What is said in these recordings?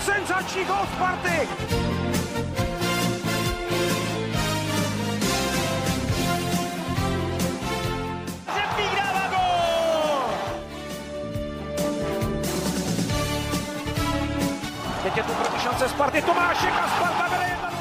Senzační gól Sparty! Řepík dává gól! Teď je tu proti šance Sparty, Tomášek a Sparta vede 1-0.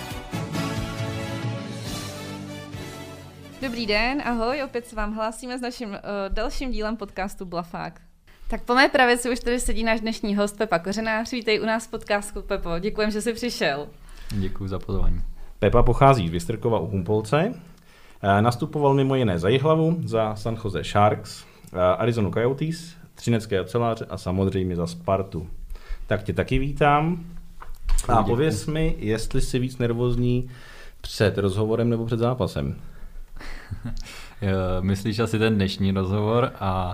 Dobrý den, ahoj, opět se vám hlásíme s naším dalším dílem podcastu Blafák. Tak po mé pravici už tady sedí náš dnešní host Pepa Kořenář. Vítej u nás v podcastu, Pepo. Děkujem, že jsi přišel. Děkuji za pozvání. Pepa pochází z Vystrkova u Humpolce. Nastupoval mimo jiné za Jihlavu, za San Jose Sharks, Arizonu Coyotes, Třinecké oceláře a samozřejmě za Spartu. Tak tě taky vítám. A pověz mi, jestli jsi víc nervózní před rozhovorem nebo před zápasem. Myslíš asi ten dnešní rozhovor,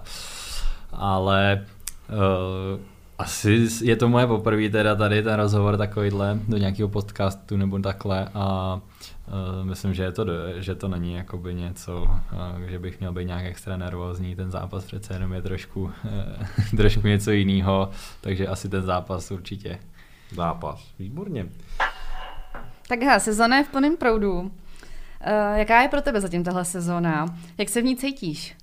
ale asi je to moje poprvé teda tady ten rozhovor takovýhle do nějakého podcastu nebo takhle a myslím, že to není jakoby něco, že bych měl být nějak extra nervózní, ten zápas přece jenom je trošku něco jiného, takže asi ten zápas určitě. Zápas, výborně. Tak sezona je v plném proudu. Jaká je pro tebe zatím tahle sezóna? Jak se v ní cítíš?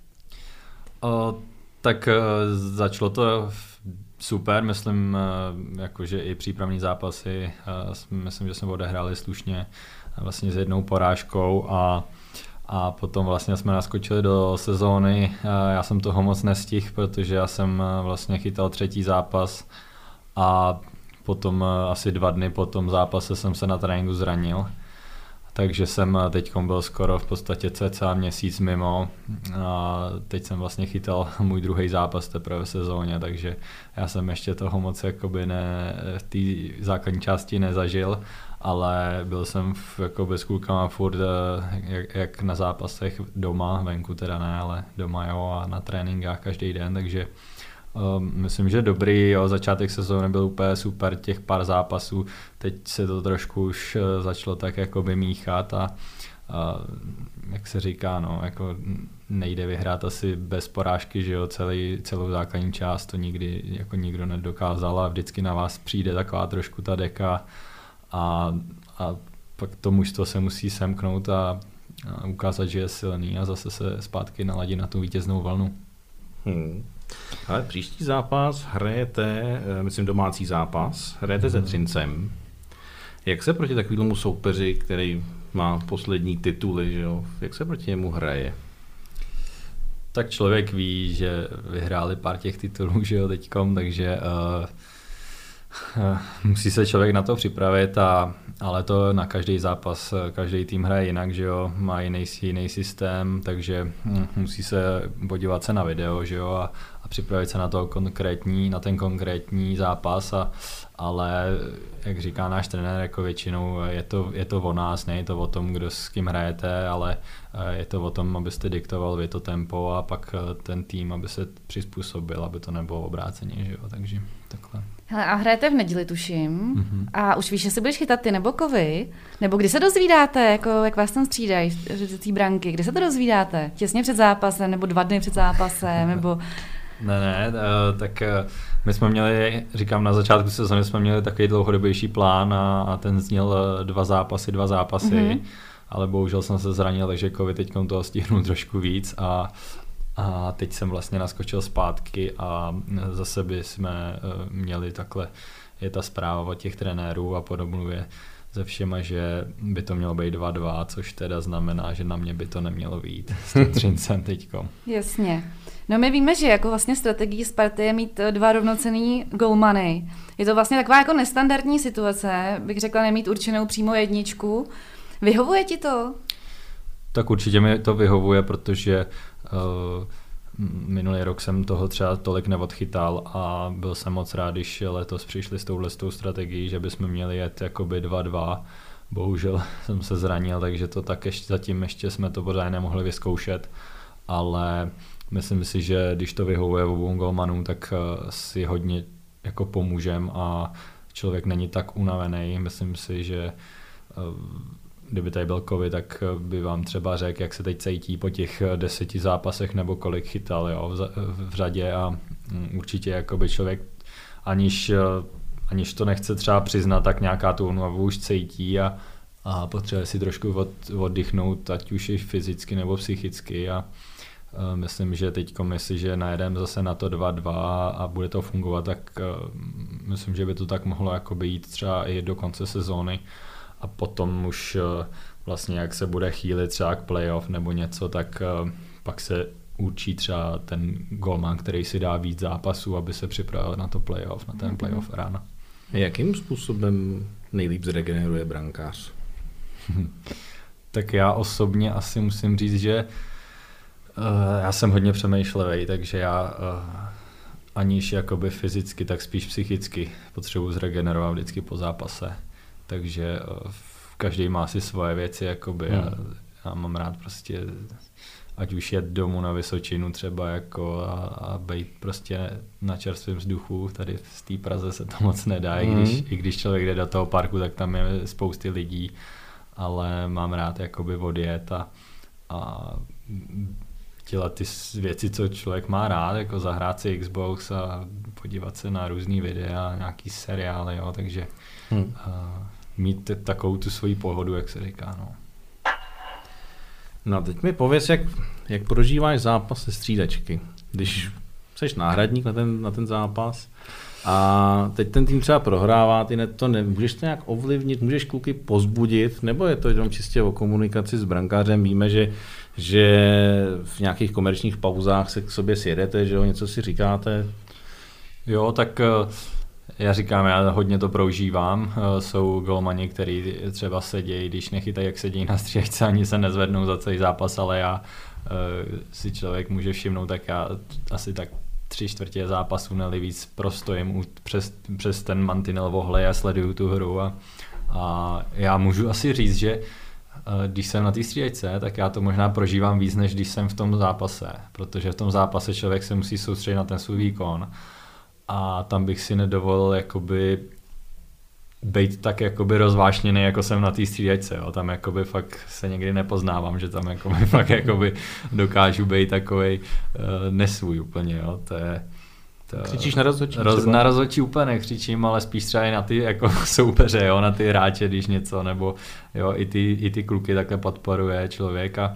Tak začalo to super, myslím, jakože i přípravní zápasy, myslím, že jsme odehráli slušně vlastně s jednou porážkou a potom vlastně jsme naskočili do sezóny. Já jsem toho moc nestihl, protože já jsem vlastně chytal třetí zápas a potom asi 2 dny po tom zápase jsem se na tréninku zranil. Takže jsem teď byl skoro v podstatě cca měsíc mimo a teď jsem vlastně chytal můj druhý zápas teprve v sezóně, takže já jsem ještě toho moc jakoby v té základní části nezažil, ale byl jsem jakoby s klukama furt jak na zápasech doma, venku teda ne, ale doma jo a na tréninkách každý den, takže myslím, že dobrý, jo, začátek sezóny byl úplně super, těch pár zápasů, teď se to trošku už začalo tak jakoby míchat a jak se říká, no, jako nejde vyhrát asi bez porážky, že jo, celou základní část to nikdy jako nikdo nedokázal a vždycky na vás přijde taková trošku ta deka a pak to mužstvo se musí semknout a ukázat, že je silný a zase se zpátky naladit na tu vítěznou vlnu. Ale příští zápas hrajete, myslím domácí zápas, hrajete se Třincem. Jak se proti takovému soupeři, který má poslední tituly, že jo, jak se proti němu hraje? Tak člověk ví, že vyhráli pár těch titulů, že jo, teďkom, takže musí se člověk na to připravit, ale to na každý zápas, každý tým hraje jinak, že jo, má jiný systém, takže musí se podívat se na video, že jo, a připravit se na ten konkrétní zápas, ale jak říká náš trenér, jako většinou je to o nás, ne je to o tom, kdo s kým hrajete, ale je to o tom, abyste diktoval vy to tempo a pak ten tým, aby se přizpůsobil, aby to nebylo obráceně, že jo, takže takhle. Hele, a hrajete v neděli, tuším. Mm-hmm. A už víš, jestli budeš chytat ty nebo kovy? Nebo kdy se dozvídáte, jako, jak vás tam střídají z té branky? Kdy se to dozvídáte? Těsně před zápasem, nebo 2 dny před zápasem, nebo... Ne, tak my jsme měli, říkám, na začátku sezóny jsme měli takový dlouhodobější plán a ten zněl 2 zápasy, mm-hmm. Ale bohužel jsem se zranil, takže kovy teď toho stihnu trošku víc a teď jsem vlastně naskočil zpátky a zase by jsme měli takhle, je ta zpráva od těch trenérů a podobně se všema, že by to mělo být 2-2, což teda znamená, že na mě by to nemělo vyjít s tím Třincem teďko. Jasně. No my víme, že jako vlastně strategií Sparty je mít 2 rovnocenný golmany. Je to vlastně taková jako nestandardní situace, bych řekla nemít určenou přímo jedničku. Vyhovuje ti to? Tak určitě mi to vyhovuje, protože minulý rok jsem toho třeba tolik neodchytal a byl jsem moc rád, když letos přišli s touhletou strategií, že bychom měli jet jakoby 2-2. Bohužel jsem se zranil, takže to tak zatím ještě jsme to pořád nemohli vyzkoušet, ale myslím si, že když to vyhovuje obou golmanům, tak si hodně jako pomůžem a člověk není tak unavený. Myslím si, že kdyby tady byl covid, tak by vám třeba řekl, jak se teď cítí po těch 10 zápasech nebo kolik chytal, jo, v řadě, a určitě jakoby člověk aniž aniž to nechce třeba přiznat, tak nějaká tu únavu už cítí a potřebuje si trošku oddychnout, ať už i fyzicky nebo psychicky a myslím, že teď že najedeme zase na to 2-2 a bude to fungovat, tak myslím, že by to tak mohlo jakoby jít třeba i do konce sezóny a potom už vlastně jak se bude chýlit třeba k playoff nebo něco, tak pak se určí třeba ten golman, který si dá víc zápasů, aby se připravil na to playoff, na ten playoff rána. Jakým způsobem nejlíp zregeneruje brankář? Tak já osobně asi musím říct, že já jsem hodně přemýšlivý, takže já aniž jakoby fyzicky, tak spíš psychicky potřebuji zregenerovat vždycky po zápase. Takže každý má si svoje věci, jakoby já mám rád prostě ať už jet domů na Vysočinu třeba jako a být prostě na čerstvém vzduchu, tady v té Praze se to moc nedá, i když člověk jde do toho parku, tak tam je spousty lidí, ale mám rád jakoby odjet a dělat ty věci, co člověk má rád, jako zahrát si Xbox a podívat se na různý videa, nějaký seriály, jo, takže mít takovou tu svoji pohodu, jak se říká, no. No a teď mi pověz, jak prožíváš zápas se střídačky, když seš náhradník na ten zápas a teď ten tým třeba prohrává, ty můžeš to nějak ovlivnit, můžeš kluky pozbudit, nebo je to jenom čistě o komunikaci s brankářem, víme, že v nějakých komerčních pauzách se k sobě sjedete, že jo, něco si říkáte? Jo, tak já říkám, já hodně to prožívám. Jsou golmani, kteří třeba sedějí, když nechytají, jak sedějí na střídačce, ani se nezvednou za celý zápas, ale já si člověk může všimnout, tak já asi tak 3/4 zápasu neli víc prostojím přes ten mantinel vohle a sleduju tu hru a já můžu asi říct, že když jsem na té střídačce, tak já to možná prožívám víc, než když jsem v tom zápase, protože v tom zápase člověk se musí soustředit na ten svůj výkon a tam bych si nedovolil jakoby být tak jakoby rozvášněný, jako jsem na té střídačce, jo. Tam jakoby fakt se někdy nepoznávám, že tam jakoby fakt jakoby dokážu být takovej nesvůj úplně, jo. To je křičíš na rozhodčí? Na rozhodčí úplně nekřičím, ale spíš třeba i na ty jako soupeře, jo, na ty hráče, když něco, nebo jo, i ty kluky takhle podporuje člověk a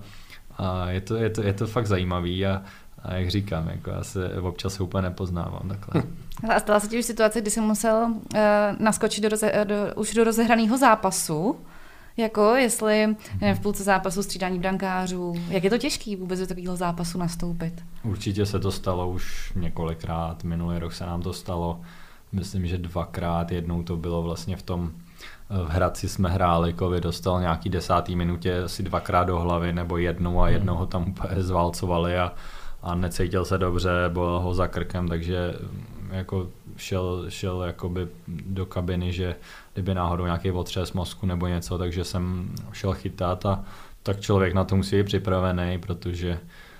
je to fakt zajímavý a jak říkám, jako já se občas úplně nepoznávám takhle. A stala se ti už situace, kdy jsi musel naskočit už do rozehraného zápasu, jako jestli v půlce zápasu střídání brankářů, jak je to těžký vůbec do takového zápasu nastoupit? Určitě se to stalo už několikrát, minulý rok se nám to stalo, myslím, že 2krát, jednou to bylo vlastně v Hradci jsme hráli, Kovy dostal nějaký 10. minutě asi 2krát do hlavy nebo jednou a jednoho tam úplně zválcovali a necítil se dobře, bolel ho za krkem, takže jako šel jakoby do kabiny, že kdyby náhodou nějaký otřes mozku nebo něco, takže jsem šel chytat a tak člověk na to musí být připravený, protože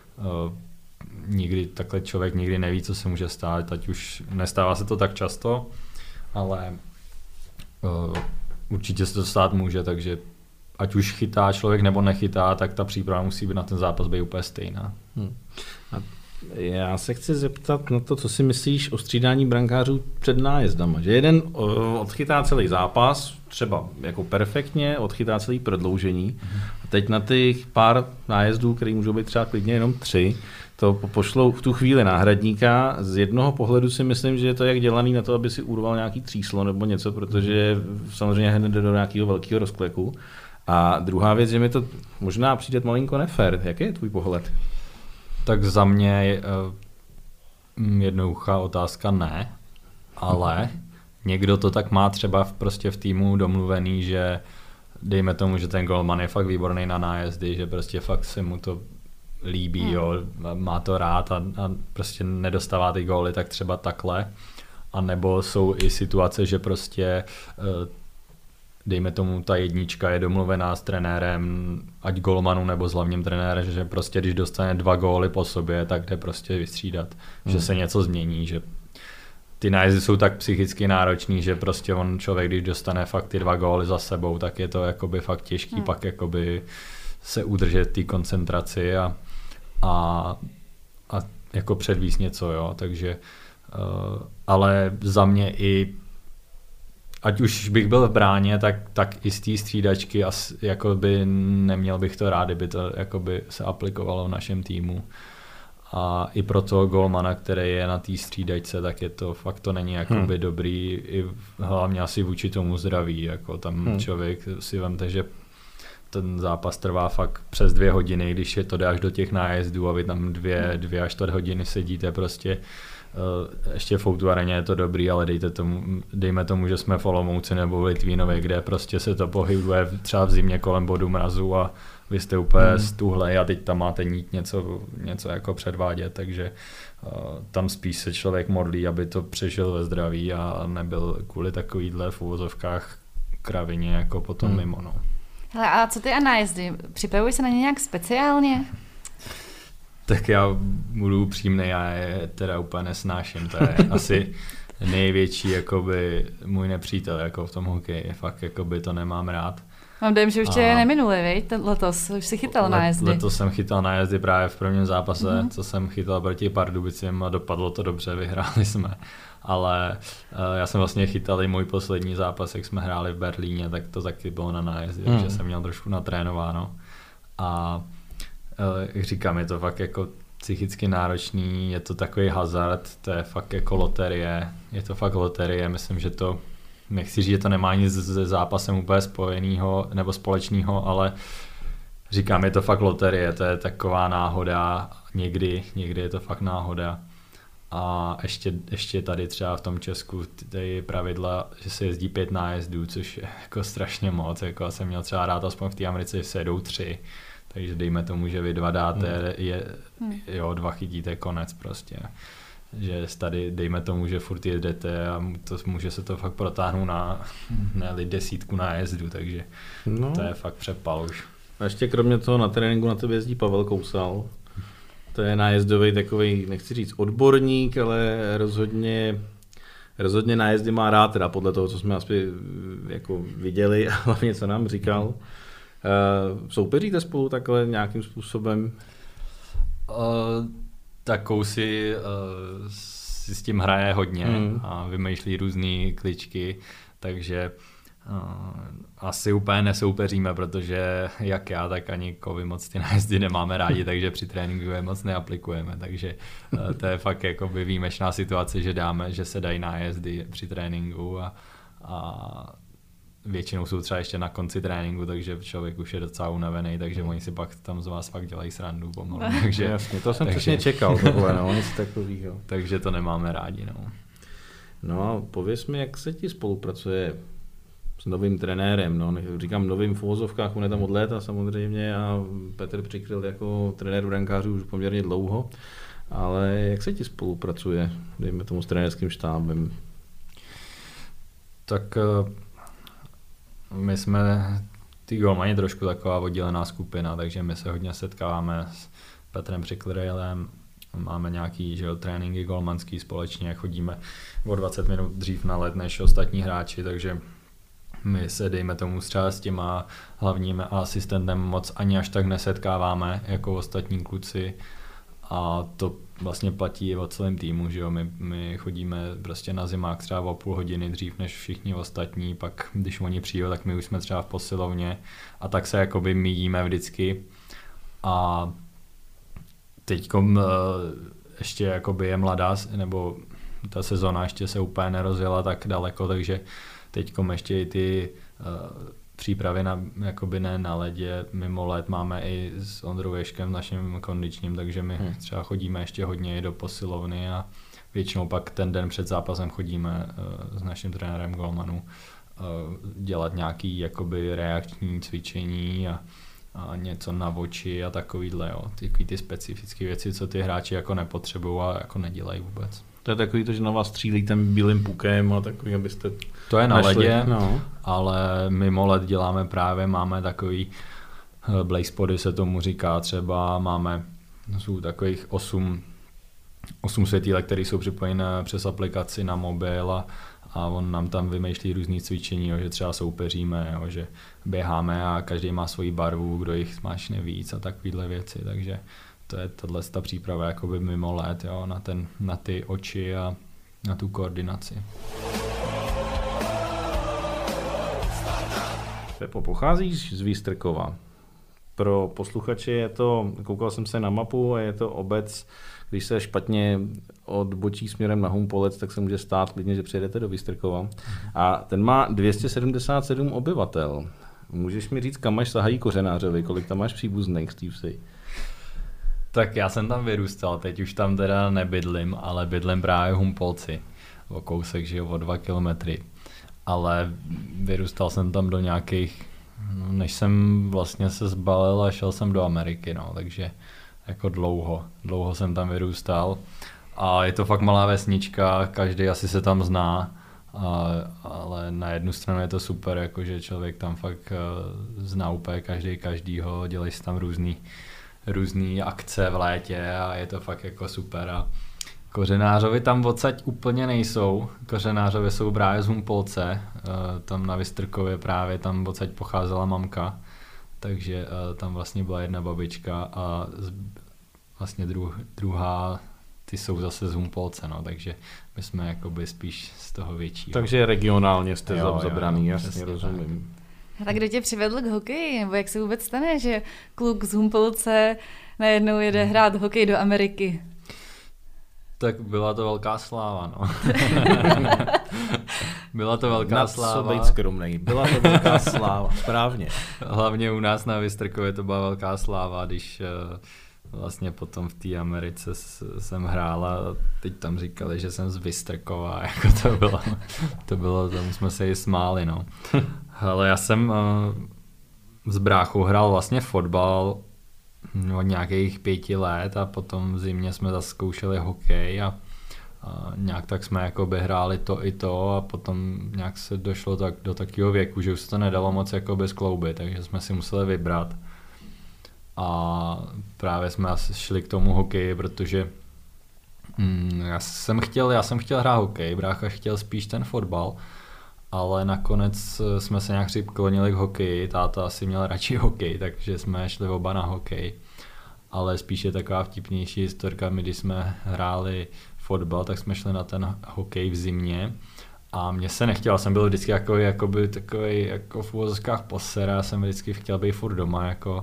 takhle člověk nikdy neví, co se může stát, ať už nestává se to tak často, ale určitě se to stát může, takže ať už chytá člověk nebo nechytá, tak ta příprava musí být na ten zápas být úplně stejná. A já se chci zeptat na to, co si myslíš o střídání brankářů před nájezdama. Že jeden odchytá celý zápas, třeba jako perfektně, odchytá celý prodloužení. A teď na těch pár nájezdů, které můžou být třeba klidně jenom 3, to pošlou v tu chvíli náhradníka. Z jednoho pohledu si myslím, že je to jak dělaný na to, aby si urval nějaký tříslo nebo něco, protože samozřejmě hned jde do nějakého velkého rozkleku. A druhá věc, že mi to možná přijde malinko nefér. Jaký je tvůj pohled? Tak za mě jednoduchá otázka ne, ale někdo to tak má třeba prostě v týmu domluvený, že dejme tomu, že ten golman je fakt výborný na nájezdy, že prostě fakt se mu to líbí, jo, má to rád a prostě nedostává ty góly, tak třeba takhle. A nebo jsou i situace, že prostě dejme tomu, ta jednička je domluvená s trenérem, ať golmanu nebo s hlavním trenérem, že prostě když dostane 2 góly po sobě, tak jde prostě vystřídat, že se něco změní, že ty nájezdy jsou tak psychicky náročný, že prostě on člověk, když dostane fakt ty 2 góly za sebou, tak je to jakoby fakt těžký pak jakoby se udržet té koncentraci a jako předvíst něco, jo, takže ale za mě i ať už bych byl v bráně, tak i z té střídačky jakoby neměl bych to rád, kdyby to jakoby se aplikovalo v našem týmu. A i pro toho golmana, který je na té střídačce, tak je to fakt to není jakoby dobrý, i hlavně asi vůči tomu zdraví, jako tam člověk si vemte, že ten zápas trvá fakt přes 2 hodiny, když je to jde až do těch nájezdů a vy tam 2 až 4 hodiny sedíte prostě. Ještě v O2 areně je to dobrý, ale dejme tomu, že jsme v Olomouci nebo v Litvínově, kde prostě se to pohybuje třeba v zimě kolem bodu mrazu a vy jste úplně stuhlej a teď tam máte nít něco jako předvádět, takže tam spíš se člověk modlí, aby to přežil ve zdraví a nebyl kvůli takovýhle v uvozovkách kravině jako potom mimo. No. Hele, a co ty a nájezdy? Připravuj se na ně nějak speciálně? Tak já budu upřímný, já je teda úplně nesnáším, to je asi největší jakoby můj nepřítel jako v tom hokeji, fakt jakoby to nemám rád. Mám dojem, že už tě neminuli, viď? Letos už jsi chytal nájezdy. Letos jsem chytal nájezdy právě v prvním zápase, co jsem chytal proti Pardubicím a dopadlo to dobře, vyhráli jsme. Ale já jsem vlastně chytal i můj poslední zápas, jak jsme hráli v Berlíně, tak to taky bylo na nájezdy, takže jsem měl trošku natrénováno. A jak říkám, je to fakt jako psychicky náročný, je to takový hazard, to je fakt jako loterie, myslím, že to, nechci říct, že to nemá nic se zápasem úplně spojenýho nebo společného, ale říkám, je to fakt loterie, to je taková náhoda, někdy je to fakt náhoda. A ještě tady třeba v tom Česku ty pravidla, že se jezdí 5 nájezdů, což je jako strašně moc, jako já jsem měl třeba rád aspoň v té Americe, že se jedou 3, takže dejme tomu, že vy 2 dáte, 2 chytíte, konec prostě. Že tady dejme tomu, že furt jedete a může se to fakt protáhnout na 10 nájezdů, takže to je fakt přepal už. A ještě kromě toho na tréninku na tebe jezdí Pavel Kousal. To je nájezdový takový, nechci říct odborník, ale rozhodně nájezdy má rád, teda podle toho, co jsme asi jako viděli a hlavně co nám říkal. Soupeříte spolu takhle nějakým způsobem? Tak Kousy si s tím hraje hodně a vymýšlí různé kličky, takže asi úplně nesoupeříme, protože jak já, tak ani Kovy moc ty nájezdy nemáme rádi, takže při tréninku je moc neaplikujeme, takže to je fakt jako výjimečná situace, že se dají nájezdy při tréninku a většinou jsou třeba ještě na konci tréninku, takže člověk už je docela unavený, takže oni si pak tam z vás fakt dělají srandu pomalu. Takže, jasně, to jsem přesně čekal, tohle, něco takového. Takže to nemáme rádi. No a pověz mi, jak se ti spolupracuje s novým trenérem, no, říkám novým v uvozovkách, on je tam od léta samozřejmě a Petr Přikryl jako trenér brankářů už poměrně dlouho, ale jak se ti spolupracuje, dejme tomu s trenérským štábem? Tak my jsme ty golmani trošku taková oddělená skupina, takže my se hodně setkáváme s Petrem Přikrylem, máme nějaký tréninky golmanský společně, chodíme o 20 minut dřív na let než ostatní hráči, takže my se dejme tomu třeba s těma hlavním asistentem moc ani až tak nesetkáváme jako ostatní kluci a to vlastně platí i o celém týmu, že jo, my chodíme prostě na zimák třeba o půl hodiny dřív než všichni ostatní, pak když oni přijdou, tak my už jsme třeba v posilovně a tak se jakoby míjíme vždycky a teďkom ještě jakoby je mladá, nebo ta sezona ještě se úplně nerozjela tak daleko, takže teďkom ještě i ty přípravy jakoby ne na ledě, mimo led máme i s Ondrou Ježkem, naším kondičním, takže my třeba chodíme ještě hodně i do posilovny a většinou pak ten den před zápasem chodíme s naším trenérem golmanů dělat nějaký jakoby reakční cvičení a něco na oči a takovýhle, jo. Ty specifické věci, co ty hráči jako nepotřebují a jako nedělají vůbec. To je takový to, že na vás střílí tím bílým pukem a takový, abyste to je na našli. ledě, ale mimo led máme takový blaze spody se tomu říká, třeba jsou takových 8 světýlek, které jsou připojené přes aplikaci na mobil a on nám tam vymýšlí různý cvičení, jo, že třeba soupeříme, jo, že běháme a každý má svoji barvu, kdo jich smáčne víc a takovýhle věci, takže to je ta příprava jakoby mimo let, jo, na ty oči a na tu koordinaci. Pepo, pocházíš z Výstrkova. Pro posluchače je to, koukal jsem se na mapu, a je to obec, když se špatně odbočí směrem na Humpolec, tak se může stát klidně, že přijedete do Výstrkova. A ten má 277 obyvatel. Můžeš mi říct, kam až sahají Kořenářovi, kolik tam máš příbuzných, Steve? Tak já jsem tam vyrůstal, teď už tam teda nebydlím, ale bydlím právě v Humpolci. O kousek, že jo, o 2 kilometry. Ale vyrůstal jsem tam do nějakých, než jsem vlastně se zbalil a šel jsem do Ameriky, no, takže jako dlouho jsem tam vyrůstal. A je to fakt malá vesnička, každý asi se tam zná, ale na jednu stranu je to super, jakože člověk tam fakt zná úplně každýho, dělají se tam různý akce v létě a je to fakt jako super. A Kořenářovi tam odsaď úplně nejsou. Kořenářovi jsou právě z Humpolce, tam na Vystrkově právě tam odsaď pocházela mamka, takže tam vlastně byla jedna babička a vlastně druhá, ty jsou zase z Humpolce, no, takže my jsme jakoby spíš z toho většího. Takže regionálně jste zabraný, jasně, rozumím. Tak kdo tě přivedl k hokeji? Nebo jak se vůbec stane, že kluk z Humpolce najednou jede hrát hokej do Ameriky? Tak byla to velká sláva, no. Byla to velká sláva. Na co být skromnej. Byla to velká sláva, správně. Hlavně u nás na Vystrkově to byla velká sláva, když vlastně potom v té Americe jsem hrál a teď tam říkali, že jsem z Vystrkova, jako to bylo, tam jsme se i smáli, no. Ale já jsem s bráchou hrál vlastně fotbal od nějakých 5 let a potom v zimě jsme zase zkoušeli hokej a nějak tak jsme jakoby hráli to i to a potom nějak se došlo tak do takového věku, že už se to nedalo moc jakoby skloubit, takže jsme si museli vybrat a právě jsme šli k tomu hokeji, protože já jsem chtěl hrát hokej, brácha chtěl spíš ten fotbal, ale nakonec jsme se nějak přiklonili k hokeji, táta asi měl radši hokej, takže jsme šli oba na hokej. Ale spíš je taková vtipnější historka, my když jsme hráli fotbal, tak jsme šli na ten hokej v zimě a mně se nechtělo, jsem byl vždycky takový jako v úvozovkách posera, já jsem vždycky chtěl být furt doma jako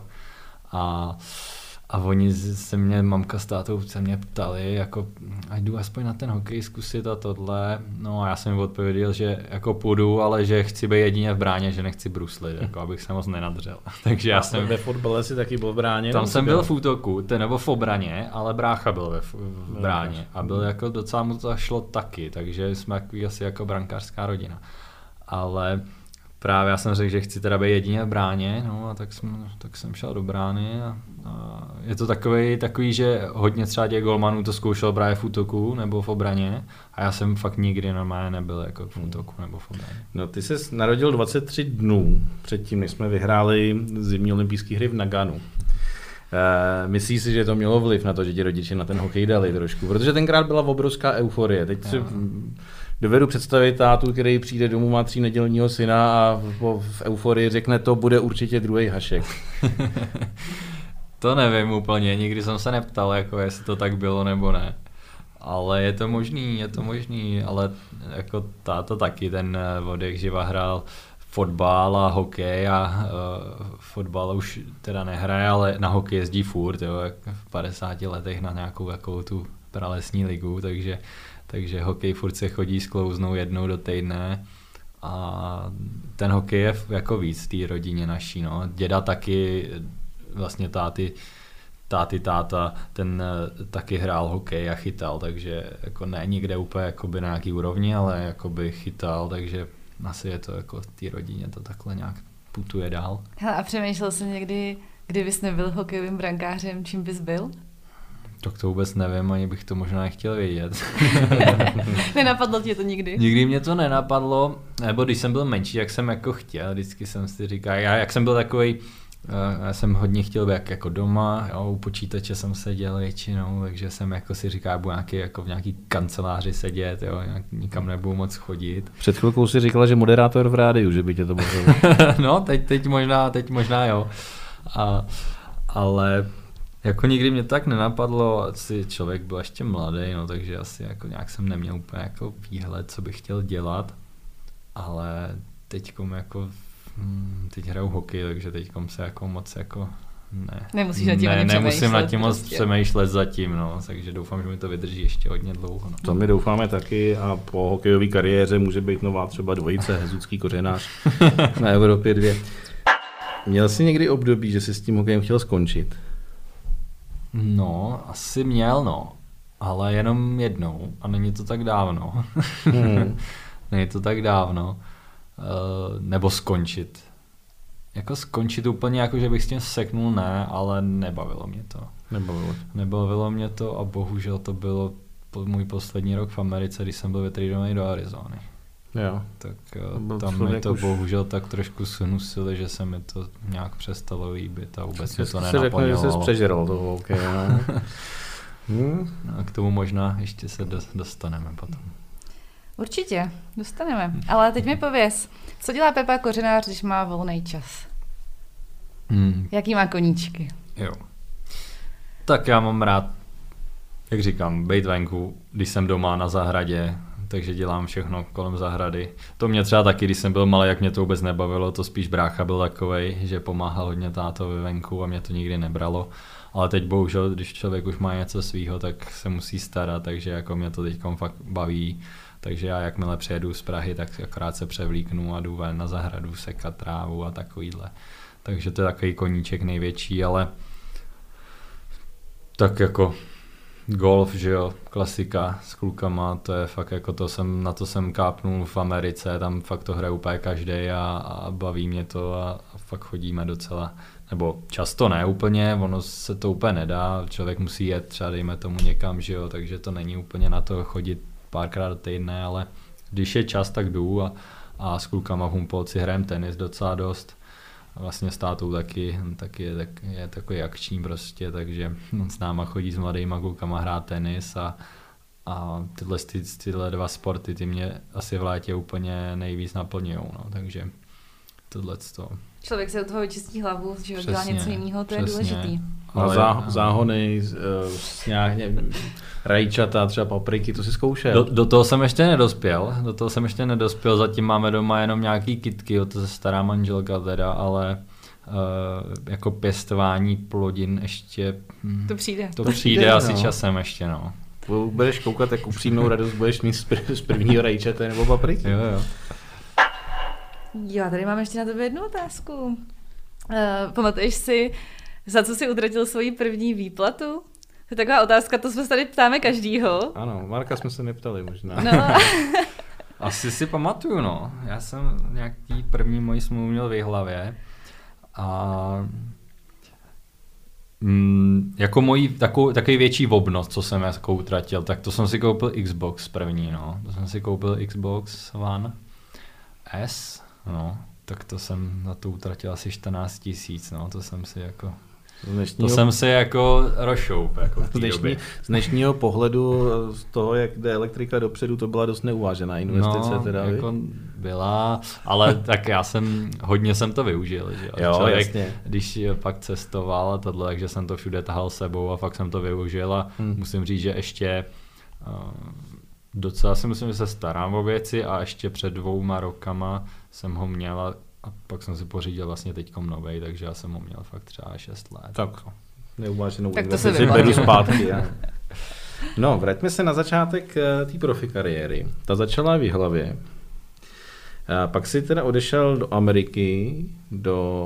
a oni se mě, mamka s tátou se mě ptali, jako ať jdu aspoň na ten hokej zkusit a tohle. No a já jsem jim odpověděl, že jako půjdu, ale že chci být jedině v bráně, že nechci bruslit, jako abych se moc nenadřel. Takže já jsem ve fotbale si taky byl v bráně? Tam jsem byl v útoku, nebo v obraně, ale brácha byl v bráně a byl jako docela mu to šlo taky, takže jsme asi jako brankářská rodina. Ale právě já jsem řekl, že chci teda být jedině v bráně, no a tak jsem šel do brány a je to takový, že hodně třeba těch golmanů to zkoušel právě v útoku nebo v obraně a já jsem fakt nikdy normálně nebyl jako v útoku nebo v obraně. No ty jsi narodil 23 dnů předtím, než jsme vyhráli zimní olympijské hry v Naganu. Myslíš si, že to mělo vliv na to, že ti rodiče na ten hokej dali trošku? Protože tenkrát byla obrovská euforie. Teď si dovedu představit tátu, který přijde domů, má 3nedělního syna a v euforii řekne, to bude určitě druhý Hašek. To nevím úplně, nikdy jsem se neptal, jako jestli to tak bylo nebo ne. Ale je to možný, ale jako táta taky ten od jak živa hrál fotbal a hokej a fotbal už teda nehraje, ale na hokej jezdí furt, jo, v 50 letech na nějakou takovou tu pralesní ligu, takže hokej furt se chodí sklouznou jednou do týdne a ten hokej je jako víc v té rodině naší, no. Děda taky, vlastně táta, ten taky hrál hokej a chytal, takže jako ne nikde úplně jakoby na nějaký úrovni, ale jakoby chytal, takže asi je to jako v té rodině to takhle nějak putuje dál. A přemýšlel jsi někdy, kdybys nebyl hokejovým brankářem, čím bys byl? Tak to vůbec nevím, ani bych to možná nechtěl vědět. Nenapadlo tě to nikdy? Nikdy mě to nenapadlo, nebo když jsem byl menší, jak jsem jako chtěl, vždycky jsem si říkal, jak jsem byl takovej, já jsem hodně chtěl být jako doma, jo, u počítače jsem seděl většinou, takže jsem jako si říkal, budu v nějaký kanceláři sedět, jo, nikam nebudu moc chodit. Před chvilkou si říkala, že moderátor v rádiu, že by tě to bavilo. No, teď možná jo. Ale jako nikdy mě tak nenapadlo, asi člověk byl ještě mladý, no, takže asi jako nějak jsem neměl úplně jako výhled, co bych chtěl dělat, ale teďkom jako teď hraju hokej, takže teďkom se jako moc jako Nemusíš nad tím ani nemusím nad tím moc prostě přemýšlet zatím, no, takže doufám, že mi to vydrží ještě hodně dlouho. No. To my doufáme taky a po hokejové kariéře může být nová třeba dvojice Hezucký Kořenář na Evropě 2. Měl jsi někdy období, že jsi s tím hokejem chtěl skončit? No, asi měl, no, ale jenom jednou a není to tak dávno. Není to tak dávno. Nebo skončit. Jako skončit úplně jako, že bych s tím seknul, ne, ale nebavilo mě to. Nebavilo mě to a bohužel to bylo můj poslední rok v Americe, když jsem byl vytradovaný do Arizony. Jo. Tak tam mi to bohužel tak trošku snusili, že se mi to nějak přestalo líbit a vůbec mě to nenaplňovalo. Řekl, že jsi přežral toho hokeje. A k tomu možná ještě se dostaneme potom. Určitě, dostaneme. Ale teď mi pověz, co dělá Pepa Kořenář, když má volný čas? Jaký má koníčky? Jo. Tak já mám rád, jak říkám, bejt venku, když jsem doma na zahradě, takže dělám všechno kolem zahrady. To mě třeba taky, když jsem byl malý, jak mě to vůbec nebavilo, to spíš brácha byl takovej, že pomáhal hodně tátovi venku a mě to nikdy nebralo. Ale teď bohužel, když člověk už má něco svýho, tak se musí starat, takže jako mě to teďkom fakt baví. Takže já jakmile přijedu z Prahy, tak akorát se převlíknu a jdu ven na zahradu sekat trávu a takovýhle. Takže to je takový koníček největší, ale tak jako golf, že jo, klasika s klukama, to je fakt jako na to jsem kápnul v Americe, tam fakt to hraje úplně každej a baví mě to a fakt chodíme docela, nebo často ne úplně, ono se to úplně nedá, člověk musí jet třeba dejme tomu někam, že jo, takže to není úplně na to chodit párkrát do týdne, ale když je čas, tak jdu a s klukama v Humpolci hrajem tenis docela dost. Vlastně s tátou taky je takový akční prostě, takže s náma chodí s mladýma klukama hrát tenis a tyhle dva sporty ty mě asi v létě úplně nejvíc naplňujou, no, takže tohleto. Člověk se od toho vyčistí hlavu, že dělá něco jiného, to je důležitý. Záhony, rajčata, třeba papriky, to si zkoušel? Do toho jsem ještě nedospěl, zatím máme doma jenom nějaký kytky, to se stará manželka teda, ale jako pěstování plodin ještě... To přijde asi časem ještě, no. Budeš koukat, jak upřímnou radost budeš mít z prvního rajčata nebo papriky? Jo. Já tady mám ještě na tebe jednu otázku. Pamatuješ si, za co jsi utratil svoji první výplatu? To je taková otázka, to jsme se tady ptáme každýho. Ano, Marka jsme se neptali možná. No. Asi si pamatuju, no. Já jsem nějaký první moji smlouvu měl v Jihlavě a jako můj takový větší obnos, co jsem jako utratil, tak to jsem si koupil Xbox první, no. To jsem si koupil Xbox One S, no. Tak to jsem na to utratil asi 14 000, no. To jsem si jako... jsem si jako rošoup jako v té době. Z dnešního pohledu, z toho, jak jde elektrika dopředu, to byla dost neuvážená investice. No, teda, jako byla, ale tak hodně jsem to využil. Že? Jo, člověk, jasně. Když fakt cestoval a tohle, takže jsem to všude tahal sebou a fakt jsem to využil a musím říct, že ještě docela si myslím, že se starám o věci a ještě před 2 rokama jsem ho měl a pak jsem si pořídil vlastně teďkom novej, takže já jsem ho měl fakt třeba 6 let. Tak, neuváženou tak investici beru zpátky. No, vraťme se na začátek té profi kariéry. Ta začala v Jihlavě. Pak si teda odešel do Ameriky, do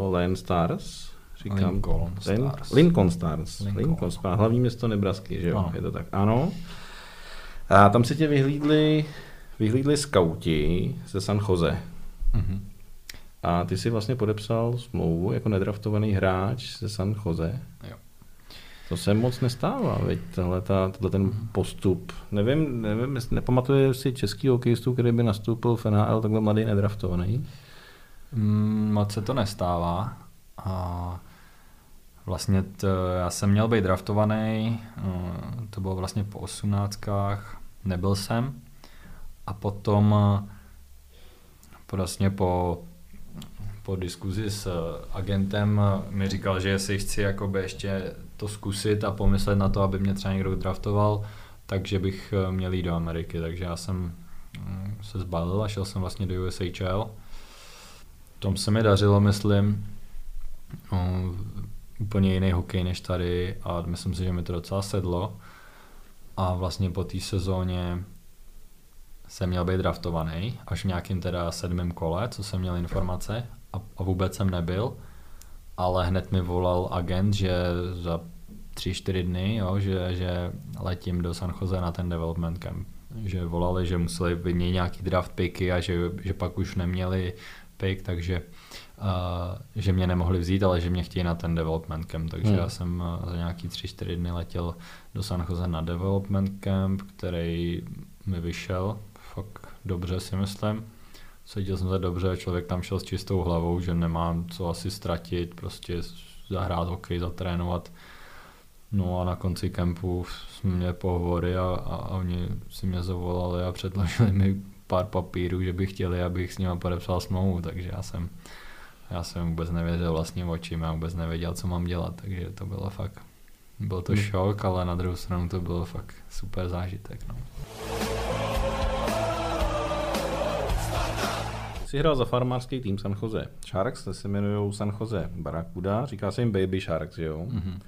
Lincoln Stars. Hlavní město Nebrasky, že jo? Ano. Je to tak? Ano. A tam si tě vyhlídli skauti ze San Jose. Mhm. A ty si vlastně podepsal smlouvu jako nedraftovaný hráč ze San Jose. Jo. To se moc nestává, veď tenhle ten postup. Nevím, nepamatuje si český hokejistů, který by nastoupil v NHL takhle mladý nedraftovaný? Moc se to nestává. A vlastně já jsem měl být draftovaný, to bylo vlastně po 18kách, nebyl jsem. A potom vlastně po diskuzi s agentem mi říkal, že jestli chci jakoby ještě to zkusit a pomyslet na to, aby mě třeba někdo draftoval, takže bych měl jít do Ameriky, takže já jsem se zbalil a šel jsem vlastně do USHL tom se mi dařilo, myslím, úplně jiný hokej než tady a myslím si, že mi to docela sedlo. A vlastně po té sezóně jsem měl být draftovaný, až v nějakým teda 7. kole, co jsem měl informace a vůbec jsem nebyl, ale hned mi volal agent, že za 3-4 dny, jo, že letím do San Jose na ten development camp. Že volali, že museli vyměnit nějaký draft picky a že pak už neměli pick, takže že mě nemohli vzít, ale že mě chtějí na ten development camp, takže já jsem za nějaký 3-4 dny letěl do San Jose na development camp, který mi vyšel fakt dobře, si myslím. Cítil jsem se dobře, člověk tam šel s čistou hlavou, že nemám co asi ztratit, prostě zahrát hokej, zatrénovat. No a na konci kempu jsme měli pohovory a oni si mě zavolali a předložili mi pár papírů, že by chtěli, abych s nimi podepsal smlouvu, takže já jsem vůbec nevěděl vlastním očím, já vůbec nevěděl, co mám dělat, takže to bylo fakt, byl to šok, ale na druhou stranu to bylo fakt super zážitek. No. Jsi hrál za farmářský tým San Jose Sharks, se jmenují San Jose Barracuda, říká se jim Baby Sharks, že jo? Mm-hmm.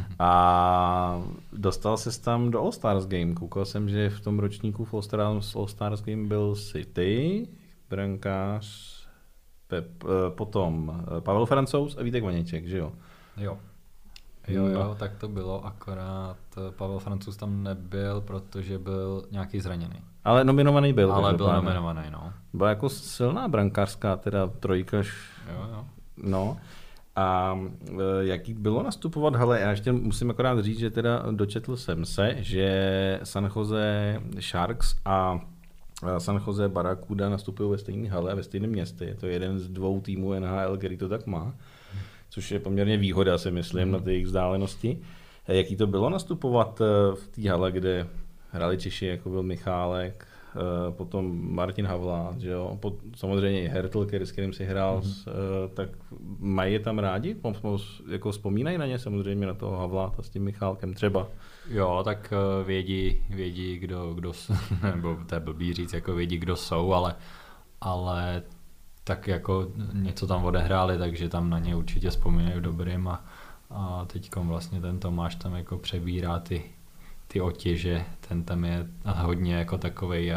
A dostal ses tam do All-Stars Game, koukal jsem, že v tom ročníku v All-Stars Game byl City, brankář, potom Pavel Francouz a Vítek Vaněček, že jo? Jo, tak to bylo, akorát Pavel Francouz tam nebyl, protože byl nějaký zraněný. Ale nominovaný byl. Ale byl nominovaný, no. Byla jako silná brankářská, teda trojka. Jo. No. A jaký bylo nastupovat? Hele, já ještě musím akorát říct, že teda dočetl jsem se, že San Jose Sharks a San Jose Barracuda nastupují ve stejné hale a ve stejném městě. Je to jeden z 2 týmů NHL, který to tak má. Což je poměrně výhoda, si myslím, na té jejich vzdálenosti. Jaký to bylo nastupovat v té hale, kde hráli Češi, jako byl Michálek, potom Martin Havlát, že jo? Samozřejmě i Hertl, s kterým si hrál, tak mají je tam rádi? Jako vzpomínají na ně samozřejmě, na toho Havláta s tím Michálkem třeba? Jo, tak vědí kdo nebo to je blbý říct, jako vědí, kdo jsou, ale tak jako něco tam odehráli, takže tam na ně určitě vzpomínají dobrým a teďkom vlastně ten Tomáš tam jako přebírá ty otěže, ten tam je hodně jako takovej,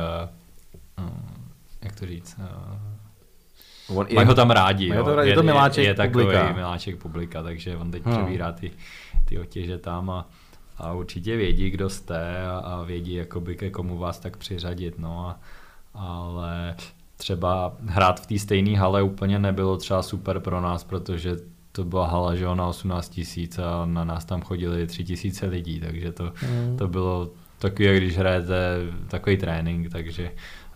jak to říct, mají ho tam rádi, je to miláček je takový publika. miláček publika, takže on teď přebírá ty otěže tam a určitě vědí, kdo jste a vědí, jakoby ke komu vás tak přiřadit, no ale třeba hrát v té stejné hale úplně nebylo třeba super pro nás, protože to byla hala, že na 18 000 a na nás tam chodili 3 000 lidí, takže to bylo takový, jak když hrajete takový trénink, takže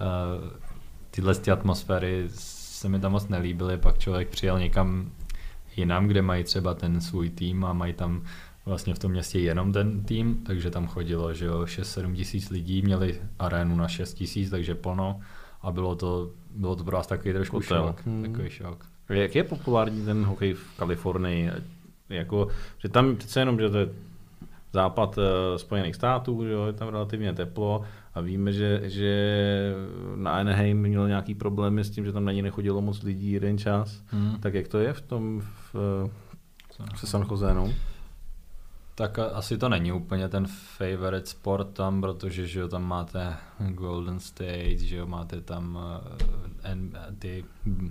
tyhle atmosféry se mi tam moc nelíbily, pak člověk přijel někam jinam, kde mají třeba ten svůj tým a mají tam vlastně v tom městě jenom ten tým, takže tam chodilo, že 6-7 tisíc lidí, měli arénu na 6 000, takže plno a bylo to pro vás takový trošku šok. Takový šok. Jak je populární ten hokej v Kalifornii? Jako, že tam přece jenom, že to je západ Spojených států, že je tam relativně teplo a víme, že na Anaheim měl nějaký problémy s tím, že tam na ní nechodilo moc lidí jeden čas. Tak jak to je v tom se San Jose, no? Tak asi to není úplně ten favorite sport tam, protože že jo, tam máte Golden State, že jo, máte tam ty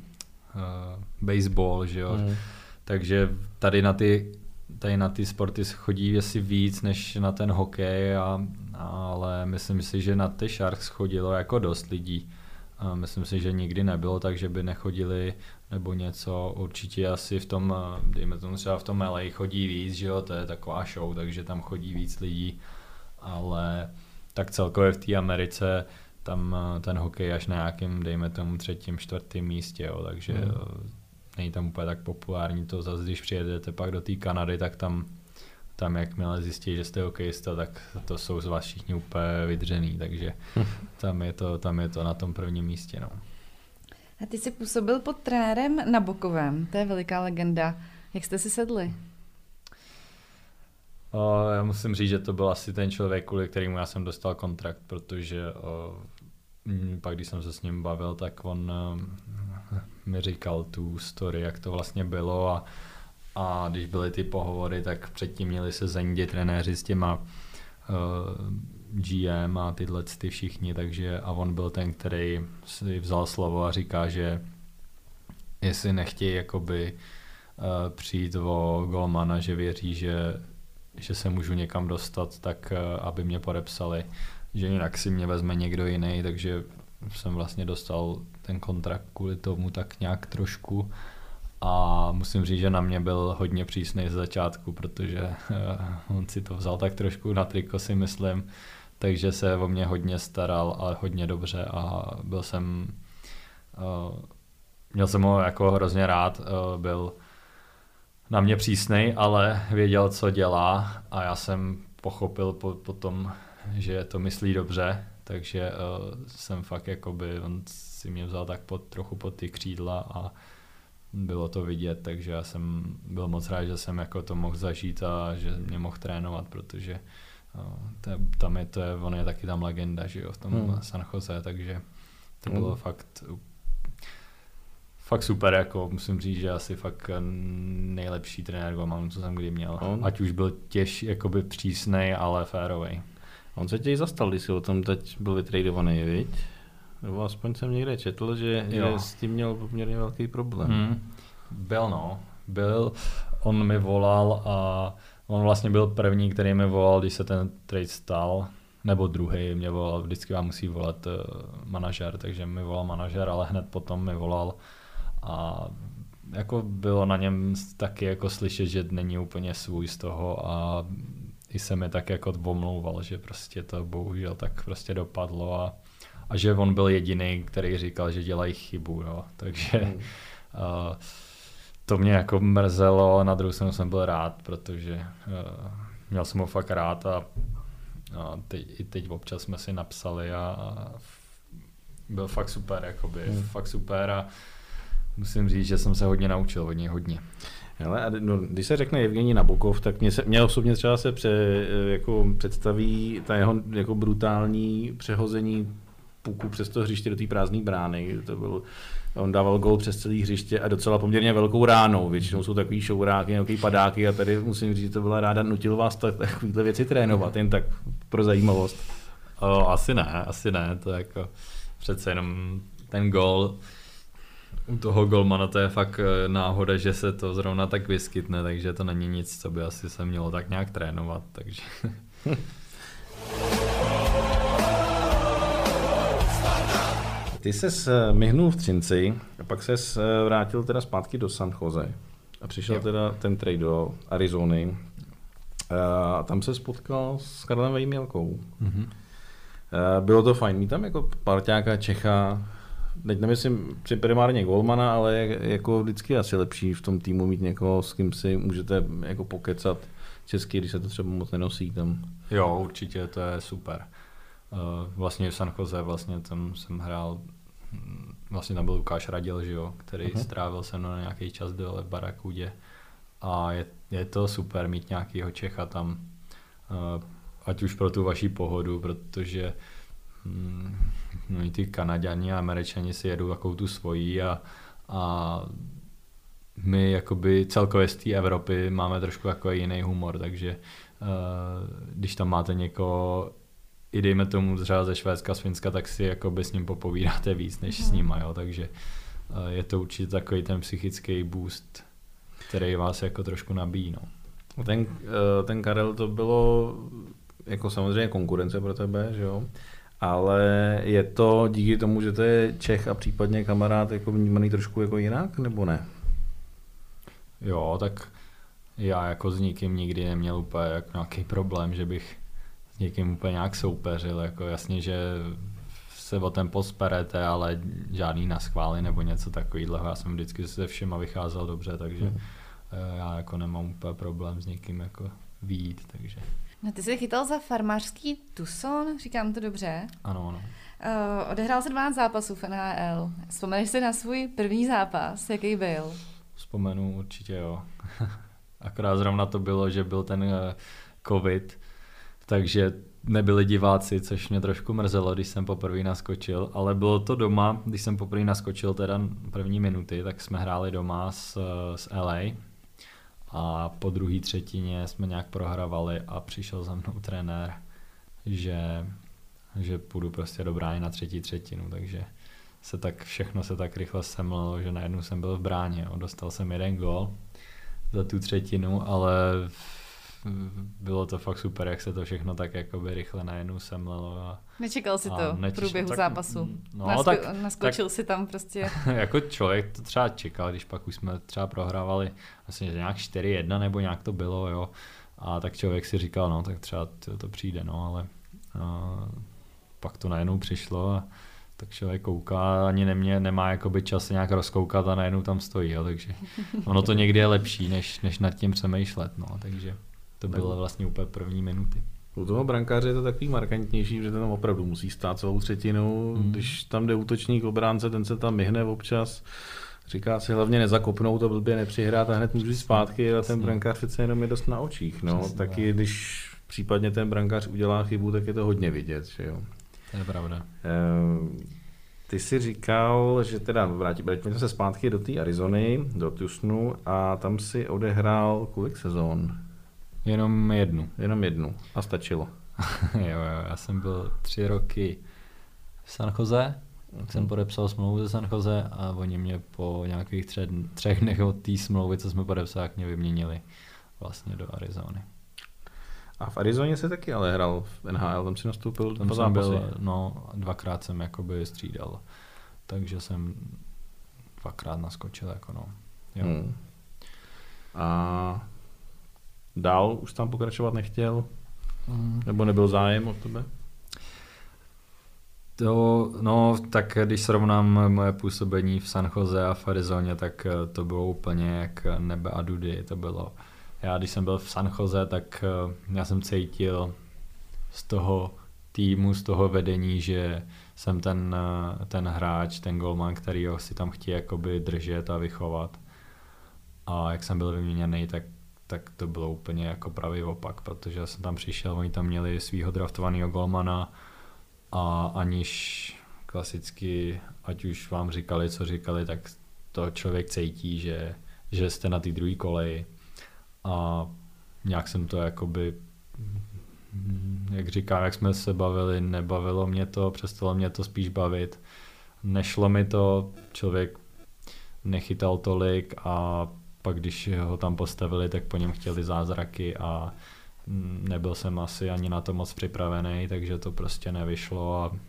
baseball, že jo. Takže tady na ty sporty chodí asi víc než na ten hokej, ale myslím si, že na ty Sharks chodilo jako dost lidí. A myslím si, že nikdy nebylo tak, že by nechodili nebo něco. Určitě asi v tom, dejme tomu třeba v tom LA chodí víc, že jo, to je taková show, takže tam chodí víc lidí, ale tak celkově v té Americe tam ten hokej až na nějakým, dejme tomu 3., 4. místě, jo, takže není tam úplně tak populární to. Zase když přijedete pak do té Kanady, tak tam jakmile zjistí, že jste hokejista, tak to jsou z vás všichni úplně vydřený, takže tam je to na tom prvním místě. No. A ty jsi působil pod trenérem Nabokovem, to je veliká legenda. Jak jste si sedli? Já musím říct, že to byl asi ten člověk, kvůli kterému já jsem dostal kontrakt, protože pak když jsem se s ním bavil, tak on mi říkal tu story, jak to vlastně bylo a když byly ty pohovory, tak předtím měli se Zendi trenéři s těma GM a tyhle ty všichni, takže a on byl ten, který si vzal slovo a říká, že jestli nechtějí jakoby přijít o golmana, že věří, že se můžu někam dostat, tak aby mě podepsali, že jinak si mě vezme někdo jiný, takže jsem vlastně dostal ten kontrakt kvůli tomu tak nějak trošku a musím říct, že na mě byl hodně přísnej z začátku, protože on si to vzal tak trošku na triko, si myslím, takže se o mě hodně staral, ale hodně dobře a měl jsem ho jako hrozně rád, byl na mě přísnej, ale věděl, co dělá a já jsem pochopil potom, že to myslí dobře, takže jsem fakt jakoby, on si mě vzal tak trochu pod ty křídla a bylo to vidět, takže já jsem byl moc rád, že jsem jako to mohl zažít a že mě mohl trénovat, protože on je taky tam legenda, že jo, v tom San Jose, takže to bylo fakt super, jako musím říct, že asi fakt nejlepší trenér golmanů, co jsem kdy měl. Ať už byl jakoby přísnej, ale férovej. On se těj zastal, když si o tom teď byl vytradovaný, viď? Nebo aspoň jsem někde četl, že s tím měl poměrně velký problém. Byl. On mi volal a on vlastně byl první, který mi volal, když se ten trade stal, nebo druhý mě volal, vždycky vám musí volat manažer, takže mi volal manažer, ale hned potom mi volal a jako bylo na něm taky jako slyšet, že není úplně svůj z toho a i se mi tak jako omlouval, že prostě to bohužel tak prostě dopadlo a že on byl jediný, který říkal, že dělají chybu, jo. Takže to mě jako mrzelo, na druhou stranu jsem byl rád, protože měl jsem ho fakt rád a teď občas jsme si napsali a byl fakt super, jakoby, fakt super a musím říct, že jsem se hodně naučil od něj, hodně. Hele, když se řekne Evgenij Nabokov, tak mě osobně třeba se představí ta jeho jako brutální přehození puku přes to hřiště do té prázdné brány. On dával gól přes celé hřiště a docela poměrně velkou ránou. Většinou jsou takový šouráky, nějaký padáky a tady musím říct, že to byla ráda, nutil vás takovýhle věci trénovat, jen tak pro zajímavost. Asi ne, to jako přece jenom ten gól u toho golmana, to je fakt náhoda, že se to zrovna tak vyskytne, takže to není nic, co by asi se mělo tak nějak trénovat, takže... Ty ses myhnul v Třinci a pak ses vrátil teda zpátky do San Jose a přišel teda ten trade do Arizony a tam se spotkal s Karlem Vejmělkou. Bylo to fajn, mít tam jako parťáka Čecha, teď nemyslím primárně golmana, ale jako vždycky asi lepší v tom týmu mít někoho, s kým si můžete jako pokecat česky, když se to třeba moc nenosí tam. Jo, určitě, to je super. Vlastně v San Jose, vlastně tam jsem hrál, vlastně tam byl Lukáš Radil, že jo, který strávil se mnou na nějaký čas dole v Barakudě a je to super mít nějakýho Čecha tam, ať už pro tu vaši pohodu, protože no i ty Kanaďani a Američani si jedou takovou tu svojí a my jakoby celkově z té Evropy máme trošku jako jiný humor, takže když tam máte někoho, i dejme tomu třeba ze Švédska, z Finska, tak si jakoby s ním popovídáte víc než s nima, jo, takže je to určitě takový ten psychický boost, který vás jako trošku nabíjí, no. Ten Karel, to bylo jako samozřejmě konkurence pro tebe, že jo? Ale je to díky tomu, že to je Čech a případně kamarád jako vnímaný trošku jako jinak, nebo ne? Jo, tak já jako s nikým nikdy neměl úplně jako nějaký problém, že bych s někým úplně nějak soupeřil, jako jasně, že se o ten posperete, ale žádný naschvály nebo něco takového. Já jsem vždycky se všema vycházel dobře, takže já jako nemám úplně problém s někým jako vyjít, takže... No ty jsi chytal za farmářský Tucson, říkám to dobře? Ano. Odehrál se 12 zápasů v NHL. Vzpomeneš si na svůj první zápas, jaký byl? Vzpomenu určitě, jo. Akorát zrovna to bylo, že byl ten covid, takže nebyli diváci, což mě trošku mrzelo, když jsem poprvé naskočil, ale bylo to doma, když jsem poprvé naskočil teda první minuty, tak jsme hráli doma s LA a po druhé třetině jsme nějak prohravali a přišel za mnou trenér, že půjdu prostě do brány na třetí třetinu, takže všechno se tak rychle semlelo, že najednou jsem byl v bráně. Dostal jsem 1 gól za tu třetinu, ale bylo to fakt super, jak se to všechno tak jakoby rychle najednou semlelo. Nečekal si to v průběhu zápasu? No, Naskočil si tam prostě. Jako člověk to třeba čekal, když pak už jsme třeba prohrávali vlastně že nějak 4-1 nebo nějak to bylo, jo. A tak člověk si říkal, no tak třeba to přijde, no, ale pak to najednou přišlo a tak člověk kouká, ani nemá jakoby čas nějak rozkoukat a najednou tam stojí, jo, takže ono to někdy je lepší, než nad tím přemýšlet, no, takže to bylo vlastně úplně první minuty. U toho brankáře je to takový markantnější, že ten tam opravdu musí stát celou třetinu, když tam jde útočník obránce, ten se tam myhne občas, říká si hlavně nezakopnout a blbě nepřihrát a hned můžu jít zpátky a ten brankář přece jenom je dost na očích, no, taky když případně ten brankář udělá chybu, tak je to hodně vidět, že jo. To je pravda. Ty jsi říkal, že teda vrátíme se zpátky do té Arizony, do Tucsonu a tam si odehrál kolik sezón? Jenom jednu. Jenom jednu a stačilo. jo, já jsem byl 3 roky v San Jose, jsem podepsal smlouvu ze San Jose a oni mě po nějakých 3 dnech od té smlouvy, co jsme podepsali, mě vyměnili vlastně do Arizony. A v Arizoně se taky ale hrál v NHL, tam si nastoupil tam 2 zápasy. No, 2krát jsem jakoby střídal, takže jsem 2krát naskočil, jako no. Jo. A dál už tam pokračovat nechtěl? Nebo nebyl zájem o tebe? Tak když srovnám moje působení v San Jose a v Arizoně, tak to bylo úplně jak nebe a dudy, to bylo. Já když jsem byl v San Jose, tak já jsem cítil z toho týmu, z toho vedení, že jsem ten hráč, ten golman, který ho si tam chtějí jakoby držet a vychovat. A jak jsem byl vyměněný, tak to bylo úplně jako pravý opak, protože já jsem tam přišel, oni tam měli svýho draftovaného golmana a aniž klasicky, ať už vám říkali, co říkali, tak to člověk cítí, že jste na té druhé koleji. A nějak jsem to jakoby, jak říkám, jak jsme se bavili, nebavilo mě to, přestalo mě to spíš bavit. Nešlo mi to, člověk nechytal tolik a pak když ho tam postavili, tak po něm chtěli zázraky a nebyl jsem asi ani na to moc připravený, takže to prostě nevyšlo a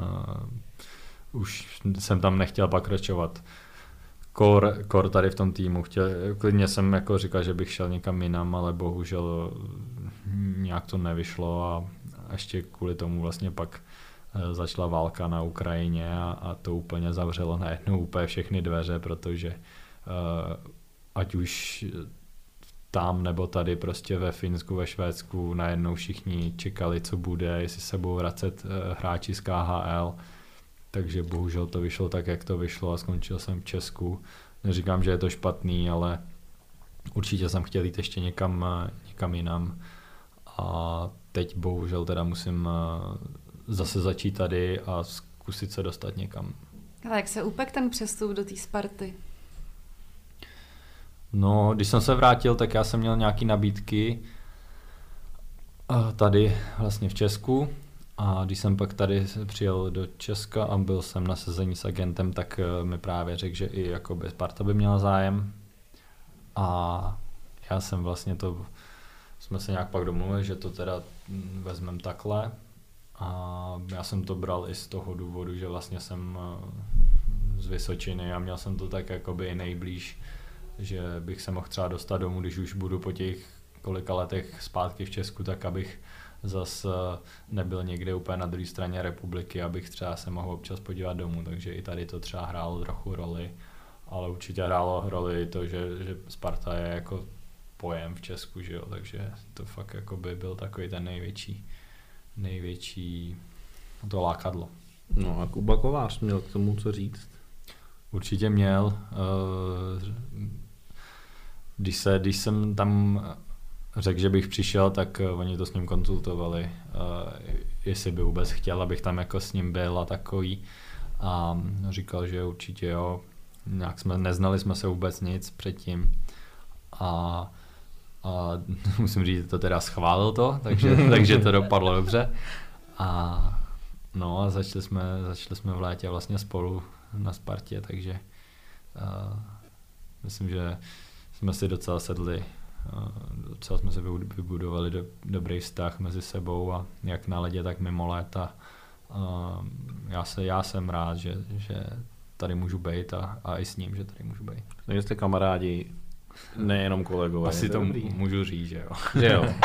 už jsem tam nechtěl pokračovat. Kor tady v tom týmu. Klidně jsem jako říkal, že bych šel někam jinam, ale bohužel nějak to nevyšlo a ještě kvůli tomu vlastně pak začala válka na Ukrajině a to úplně zavřelo najednou úplně všechny dveře, protože ať už tam nebo tady prostě ve Finsku, ve Švédsku najednou všichni čekali, co bude, jestli se budou vracet hráči z KHL. Takže bohužel to vyšlo tak, jak to vyšlo a skončil jsem v Česku. Neříkám, že je to špatný, ale určitě jsem chtěl jít ještě někam jinam. A teď bohužel teda musím zase začít tady a zkusit se dostat někam. Ale jak se upek ten přestup do té Sparty? No, když jsem se vrátil, tak já jsem měl nějaké nabídky tady vlastně v Česku. A když jsem pak tady přijel do Česka a byl jsem na sezení s agentem, tak mi právě řekl, že i jakoby Sparta by měla zájem. A já jsem vlastně jsme se nějak pak domluvili, že to teda vezmem takhle. A já jsem to bral i z toho důvodu, že vlastně jsem z Vysočiny a měl jsem to tak jakoby nejblíž, že bych se mohl třeba dostat domů, když už budu po těch kolika letech zpátky v Česku, tak abych zase nebyl někde úplně na druhé straně republiky, abych třeba se mohl občas podívat domů, takže i tady to třeba hrálo trochu roli, ale určitě hrálo roli to, že Sparta je jako pojem v Česku, že jo, takže to fakt jako by byl takový ten největší to lákadlo. No a Kuba Kovář měl k tomu co říct? Určitě měl. Když jsem tam řekl, že bych přišel, tak oni to s ním konzultovali, jestli by vůbec chtěl, abych tam jako s ním byl a takový. A říkal, že určitě jo. Nějak neznali jsme se vůbec nic předtím. A musím říct, že to teda schválil to, takže to dopadlo dobře. A začali jsme v létě vlastně spolu na Spartě, takže myslím, že jsme si docela sedli, docela jsme se vybudovali dobrý vztah mezi sebou a jak na ledě, tak mimo léta. Já jsem rád, že tady můžu být a i s ním, že tady můžu být. Takže jste kamarádi, nejenom kolegové. Asi to můžu říct, že jo. Že jo.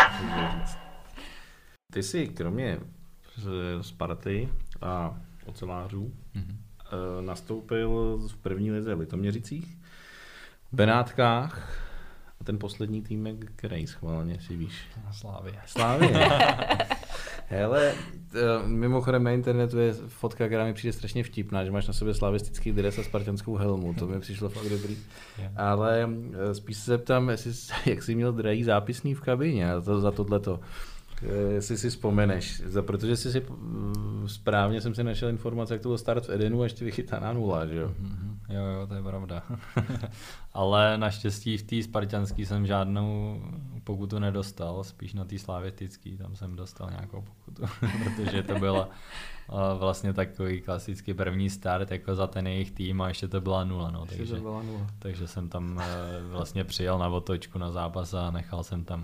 Ty jsi kromě Sparty a ocelářů nastoupil v první lize v Litoměřicích, v Benátkách a ten poslední týmek, který schválně si víš? Slávie. Hele, mimochodem na internetu je fotka, která mi přijde strašně vtipná, že máš na sobě slavistický dres a spartanskou helmu, to mi přišlo fakt dobrý. Ale spíš se zeptám, jak jsi měl drahý zápisný v kabině za tohleto. Jestli si vzpomeneš, protože správně jsem si našel informace, jak to byl start v Edenu a ještě vychytaná 0, že jo? Jo, to je pravda. Ale naštěstí v té spartanské jsem žádnou pokutu nedostal, spíš na té slavistické, tam jsem dostal nějakou pokutu, protože to byla vlastně takový klasický první start jako za ten jejich tým a ještě to byla 0, no, takže jsem tam vlastně přijel na otočku na zápas a nechal jsem tam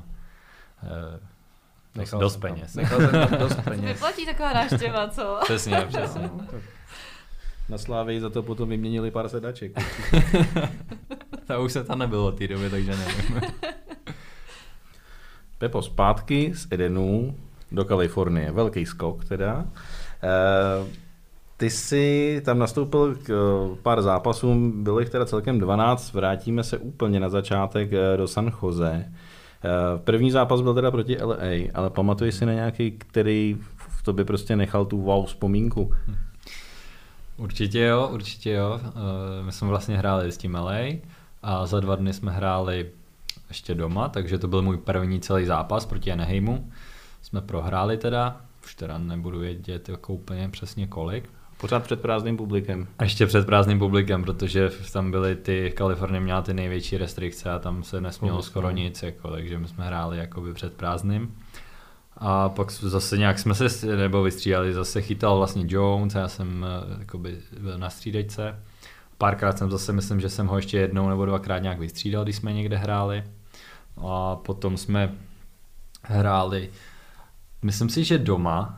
dost peněz. Vyplatí taková návštěva, co? Přesně. Na Slávii za to potom vyměnili pár sedaček. To už se tam nebylo v té době, takže nevím. Pepo, zpátky z Edenu do Kalifornie. Velký skok teda. Ty jsi tam nastoupil k pár zápasům, bylo jich teda celkem 12, vrátíme se úplně na začátek do San Jose. První zápas byl teda proti LA, ale pamatuješ si na nějaký, který v tobě prostě nechal tu wow vzpomínku? Určitě jo. My jsme vlastně hráli s tím LA a za 2 dny jsme hráli ještě doma, takže to byl můj první celý zápas proti Anaheimu. Jsme prohráli teda, už teda nebudu vědět jako úplně přesně kolik. Pořád před prázdným publikem. A ještě před prázdným publikem, protože tam byly Kalifornie měla ty největší restrikce a tam se nesmělo skoro nic, jako, takže my jsme hráli jakoby před prázdným. A pak zase nějak jsme se, nebo vystřídali, zase chytal vlastně Jones a já jsem jakoby byl na střídačce. Párkrát jsem zase, myslím, že jsem ho ještě jednou nebo 2krát nějak vystřídal, když jsme někde hráli. A potom jsme hráli, myslím si, že doma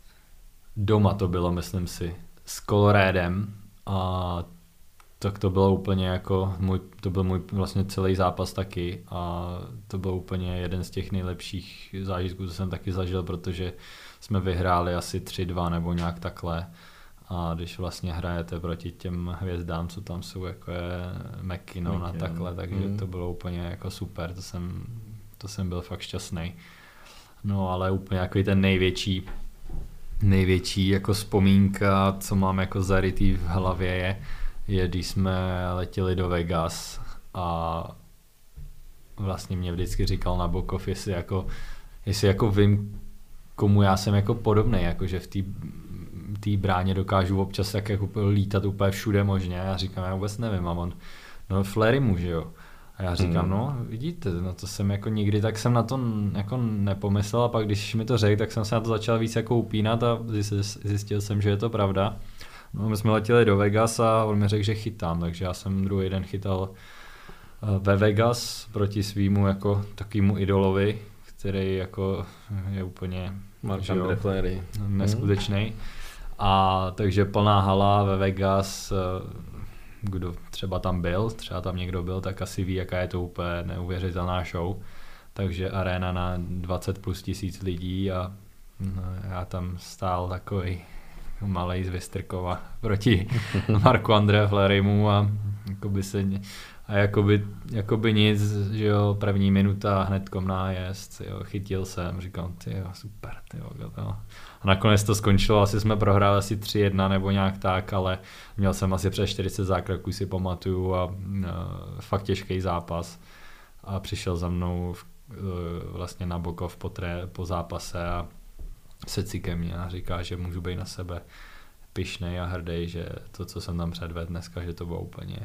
to bylo, myslím si, s Coloradem a tak to bylo úplně jako, to byl můj vlastně celý zápas taky a to byl úplně jeden z těch nejlepších zážitků, co jsem taky zažil, protože jsme vyhráli asi 3-2 nebo nějak takhle a když vlastně hrajete proti těm hvězdám, co tam jsou, jako je McKinnon a takhle, takže to bylo úplně jako super, to jsem byl fakt šťastný. No ale úplně jako ten největší jako vzpomínka, co mám jako zarytý v hlavě je, když jsme letěli do Vegas a vlastně mě vždycky říkal Nabokov, jestli jako vím, komu já jsem jako podobnej, jakože v té bráně dokážu občas tak jako lítat úplně všude možně. Já říkám, já vůbec nevím, a on, no Flery může, jo. A já říkám, no vidíte, no to jsem jako nikdy, tak jsem na to jako nepomyslel a pak když mi to řekl, tak jsem se na to začal víc jako upínat a zjistil jsem, že je to pravda. No, my jsme letěli do Vegas a on mi řekl, že chytám, takže já jsem druhý den chytal ve Vegas proti svýmu jako takovému idolovi, který jako je úplně neskutečný. A takže plná hala ve Vegas, kdo třeba tam byl, třeba tam někdo byl, tak asi ví, jaká je to úplně neuvěřitelná show. Takže aréna na 20 plus tisíc lidí a no, já tam stál takový malej z Vystrkova proti Marku André Flerymu a jakoby nic, že jo, první minuta hnedkom nájezd, jo, chytil jsem, říkám, tyjo, super, tyjo, a nakonec to skončilo, asi jsme prohráli asi 3-1 nebo nějak tak, ale měl jsem asi přes 40 zákroků, si pamatuju a fakt těžký zápas a přišel za mnou vlastně Nabokov po zápase a secí ke mně a říká, že můžu být na sebe pyšnej a hrdý, že to, co jsem tam předvedl dneska, že to bylo úplně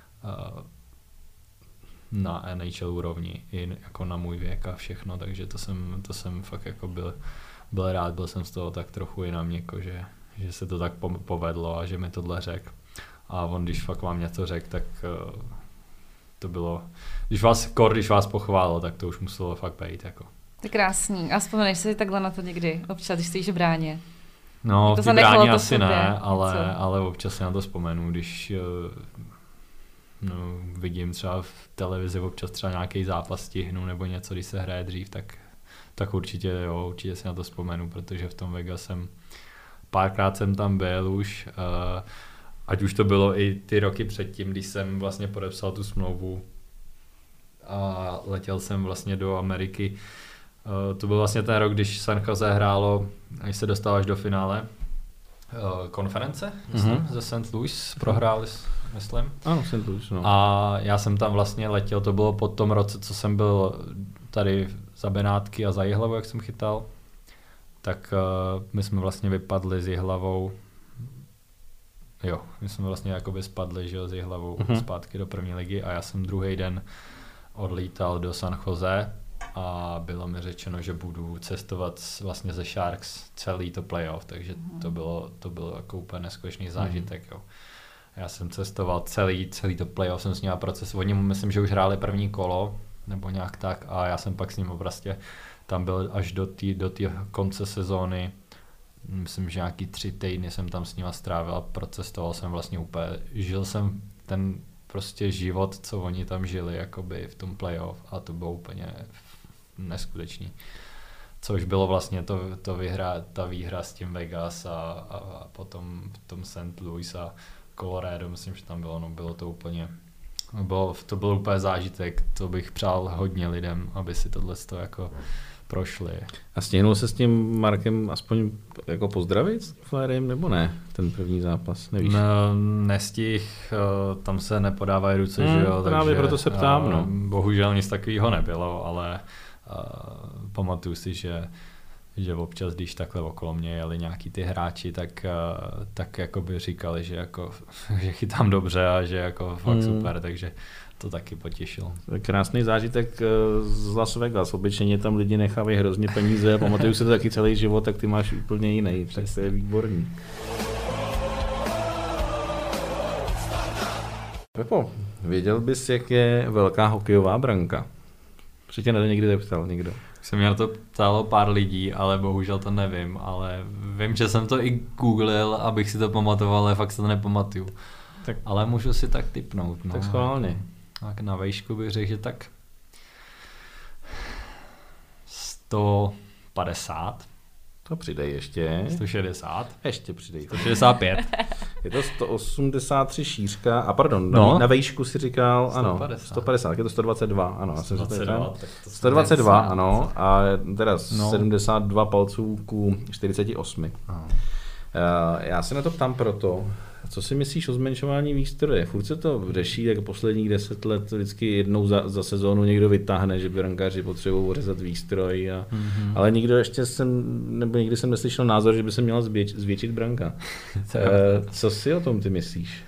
na NHL úrovni, i jako na můj věk a všechno, takže to jsem fakt jako byl rád, byl jsem z toho tak trochu i na měko, že se to tak povedlo a že mi tohle řekl. A on, když fakt vám něco řekl, tak to bylo, když vás pochválil, tak to už muselo fakt být. Jako. To je krásný. A vzpomeneš si takhle na to někdy, občas, když stojíš v bráně? No, v té bráně asi ne, ale občas si na to vzpomenu, když vidím třeba v televizi občas třeba nějaký zápas stihnu nebo něco, když se hraje dřív, tak určitě si na to vzpomenu, protože v tom Vegas párkrát jsem tam byl už, ať už to bylo i ty roky předtím, když jsem vlastně podepsal tu smlouvu a letěl jsem vlastně do Ameriky. To byl vlastně ten rok, když San Jose hrálo, když se dostáváš do finále konference, myslím, ze St. Louis prohráli, myslím. Ano, St. Louis, no. A já jsem tam vlastně letěl, to bylo po tom roce, co jsem byl tady za Benátky a za Jihlavu, jak jsem chytal. Tak my jsme vlastně vypadli s Jihlavou. Jo, my jsme vlastně jakoby spadli, že jo, s Jihlavou zpátky do první ligy a já jsem druhý den odlítal do San Jose a bylo mi řečeno, že budu cestovat vlastně ze Sharks celý to playoff, takže to bylo jako úplně neskutečný zážitek, jo. Já jsem cestoval celý to playoff, jsem s ním proces, oni myslím, že už hráli první kolo, nebo nějak tak a já jsem pak s ním prostě tam byl až do té konce sezóny, myslím, že nějaký 3 týdny jsem tam s nima strávil a procestoval jsem vlastně úplně, žil jsem ten prostě život, co oni tam žili jakoby v tom playoff a to bylo úplně neskutečný. Což bylo vlastně ta výhra s tím Vegas a potom v tom St. Louis a Colorado, myslím, že tam bylo to úplně, to byl úplně zážitek, to bych přál hodně lidem, aby si tohleto jako prošli. A stihnul se s tím Markem aspoň jako pozdravit s Flyerem, nebo ne? Ten první zápas, nevíš? No, nestih, tam se nepodávají ruce, že jo? Právě takže, proto se ptám, no. Bohužel nic takového nebylo, ale pamatuju si, že občas, když takhle okolo mě jeli nějaký ty hráči, tak jako by říkali, že chytám dobře a že jako fakt super, takže to taky potěšilo. Krásný zážitek z Las Vegas. Obyčejně tam lidi nechávají hrozně peníze a pamatuju se to taky celý život, tak ty máš úplně jiný. Tak to je výborný. Pepo, věděl bys, jak je velká hokejová branka? Protože tě na to někdy zeptal někdo. Jsem mě na to ptalo pár lidí, ale bohužel to nevím, ale vím, že jsem to i googlil, abych si to pamatoval, ale fakt se to nepamatuju. Tak, ale můžu si tak tipnout. No. Tak schválně. Tak na vejšku bych řekl, že tak 150. To přidej ještě. 160. Ještě přidej. 165. Je to 183 šířka. A pardon, na vejšku si říkal, 150. Ano, 150, je to 122, ano. 122, ano. A teda 72 palců ku 48. Já se na to ptám proto, co si myslíš o zmenšování výstroje? Furt se to řeší, tak posledních 10 let vždycky jednou za sezónu někdo vytáhne, že brankáři potřebují ořezat výstroj. Ale nikdo ještě nikdy jsem neslyšel názor, že by se měla zvětšit branka. Co si o tom ty myslíš?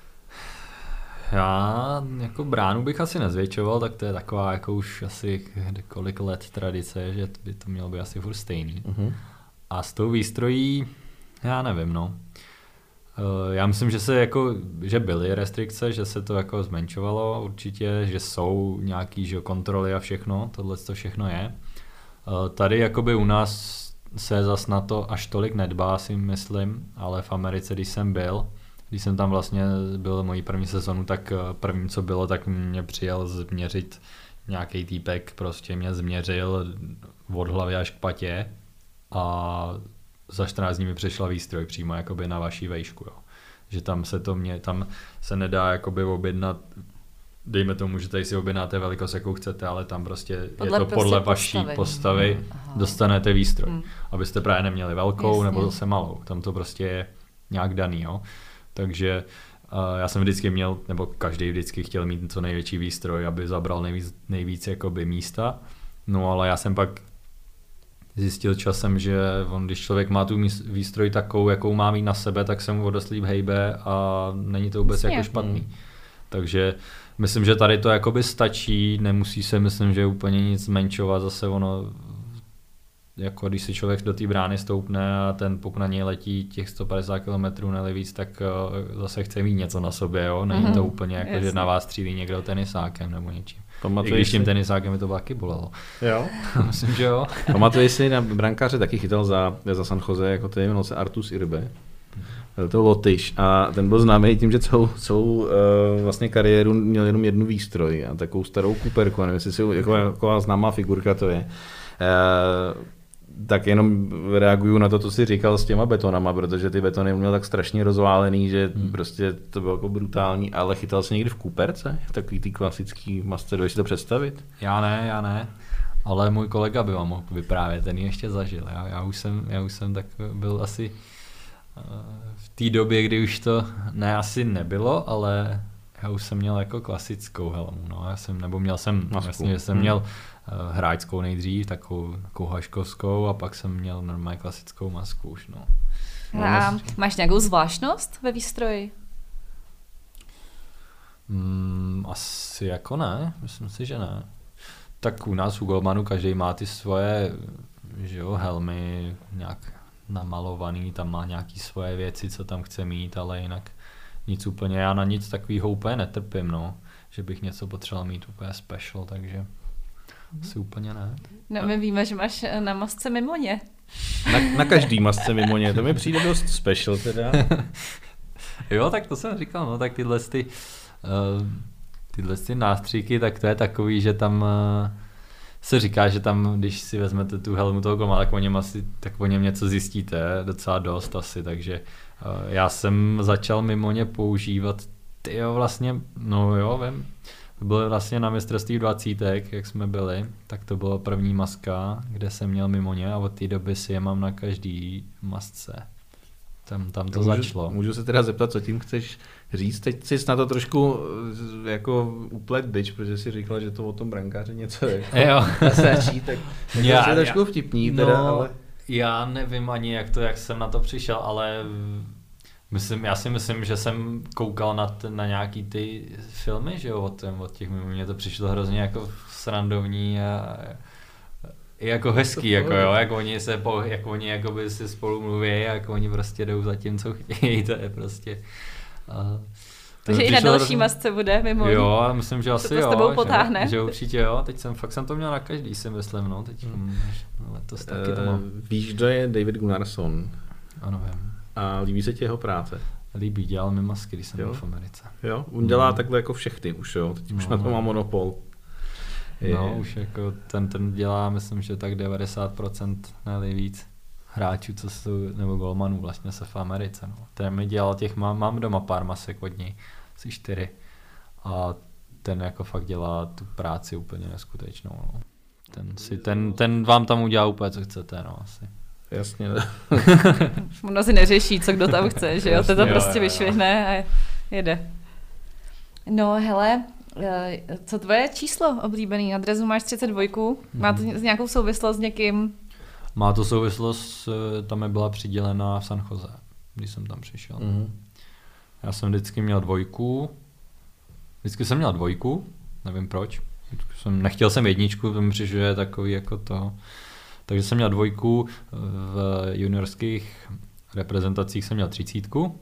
Já jako bránu bych asi nezvětšoval, tak to je taková jako už asi kolik let tradice, že by to mělo být asi furt stejný. A s tou výstrojí, já nevím, no. Já myslím, že byly restrikce, že se to jako zmenšovalo určitě, že jsou nějaký kontroly a všechno, tohle to všechno je. Tady jakoby u nás se zas na to až tolik nedbá, si myslím, ale v Americe, když jsem tam vlastně byl moji první sezonu, tak první, co bylo, tak mě přijel změřit nějaký týpek, prostě mě změřil od hlavy až k patě a za 14 dní mi přešla výstroj přímo jakoby na vaší vejšku, jo. Že tam se nedá jakoby objednat, dejme tomu, že tady si objednáte velikost, jakou chcete, ale tam prostě je to podle vaší postavy, dostanete výstroj, abyste právě neměli velkou nebo zase malou, tam to prostě je nějak daný, jo. Takže já jsem vždycky měl, nebo každý vždycky chtěl mít co největší výstroj, aby zabral nejvíc jakoby místa. No ale já jsem pak zjistil časem, že když člověk má tu výstroj takovou, jakou má mít na sebe, tak se mu o dost líp hejbe a není to vůbec jako špatný. Takže myslím, že tady to jakoby stačí, nemusí se, myslím, že úplně nic zmenšovat, zase ono, jako když si člověk do té brány stoupne a ten puk na něj letí těch 150 km nebo víc, tak zase chce mít něco na sobě, jo? Není to úplně jako, že na vás střílí někdo tenisákem nebo něčím. I když tím tenisákem mi to taky bolelo. Jo? Myslím, že jo. Pamatuješ si, na brankáře taky chytal za San Jose, jako ten jmenoval se Artus Irbe. Byl to Lotyš a ten byl známý tím, že celou vlastně kariéru měl jenom jednu výstroj a takovou starou kuperku, nevím, jestli si jako známá figurka to je. Tak jenom reaguju na to, co jsi říkal s těma betonama, protože ty betony měl tak strašně rozválený, že prostě to bylo jako brutální, ale chytal jsi někdy v kuperce? Takový ty klasický masce, dovedeš si to představit? Já ne, ale můj kolega by vám mohl vyprávět, ten ji ještě zažil. Já už jsem tak byl asi v té době, kdy už to asi nebylo, ale já už jsem měl jako klasickou helmu, no, měl jsem měl hráčskou nejdřív, takovou haškovskou a pak jsem měl normálně klasickou masku už, no. A máš nějakou zvláštnost ve výstroji? Asi jako ne, myslím si, že ne. Tak u nás u golmanů každý má ty svoje, že jo, helmy nějak namalovaný, tam má nějaký svoje věci, co tam chce mít, ale jinak nic úplně, já na nic takovýho úplně netrpím, no, že bych něco potřeboval mít úplně special, takže asi úplně ne. No my víme, že máš na masce Mimoně. Na každý masce Mimoně, to mi přijde dost special teda. Jo, tak to jsem říkal, no, tak tyhle nástříky, tak to je takový, že tam se říká, že tam, když si vezmete tu helmu toho golmana, tak o něm něco zjistíte, docela dost asi, takže já jsem začal Mimoně používat, vím, to bylo vlastně na mistrovství 20, jak jsme byli, tak to byla první maska, kde jsem měl Mimoně a od té doby si je mám na každý masce. Tam to začalo. Můžu se teda zeptat, co tím chceš říct? Teď jsi na to trošku jako uplet bič, protože jsi říkal, že to o tom brankáři něco jako nasáčí, tak to je trošku vtipný teda, ale... Já nevím ani, jak jsem na to přišel, ale já si myslím, že jsem koukal na nějaký ty filmy, že jo, od těch, mně to přišlo hrozně jako srandovní a jako hezký, jako jo, jak oni jakoby si spolu mluví, jak oni prostě jdou za tím, co chtějí, to je prostě... Takže i na další masce bude Mimoň. Jo, myslím, že asi jo. To s tebou potáhne. Že určitě jo, fakt jsem to měl na každý, si myslím, no, teď letos taky to mám. Víš, kdo je David Gunnarsson? Ano, vím. A líbí se ti jeho práce? Líbí, dělal mi masky, když jsem byl v Americe. Jo, on dělá takhle jako všechny už, jo, teď už na to má monopol. No, už jako ten dělá, myslím, že tak 90%, ne víc hráčů, co jsou, nebo golmanů vlastně se v Americe. No. Ten mi dělal mám doma pár masek od něj, asi 4. A ten jako fakt dělá tu práci úplně neskutečnou. No. Ten vám tam udělá úplně, co chcete, no asi. Jasně. Ono si neřeší, co kdo tam chce, že jo? To prostě vyšvihne a jede. No hele, co tvoje číslo oblíbený? Na dresu máš 32. Má to nějakou souvislost s někým? Má to souvislost, tam mi byla přidělená v San Jose, když jsem tam přišel. Já jsem vždycky měl 2. Nevím proč. Nechtěl jsem 1, to mi přišlo, že je takový jako to. Takže jsem měl 2, v juniorských reprezentacích jsem měl 30.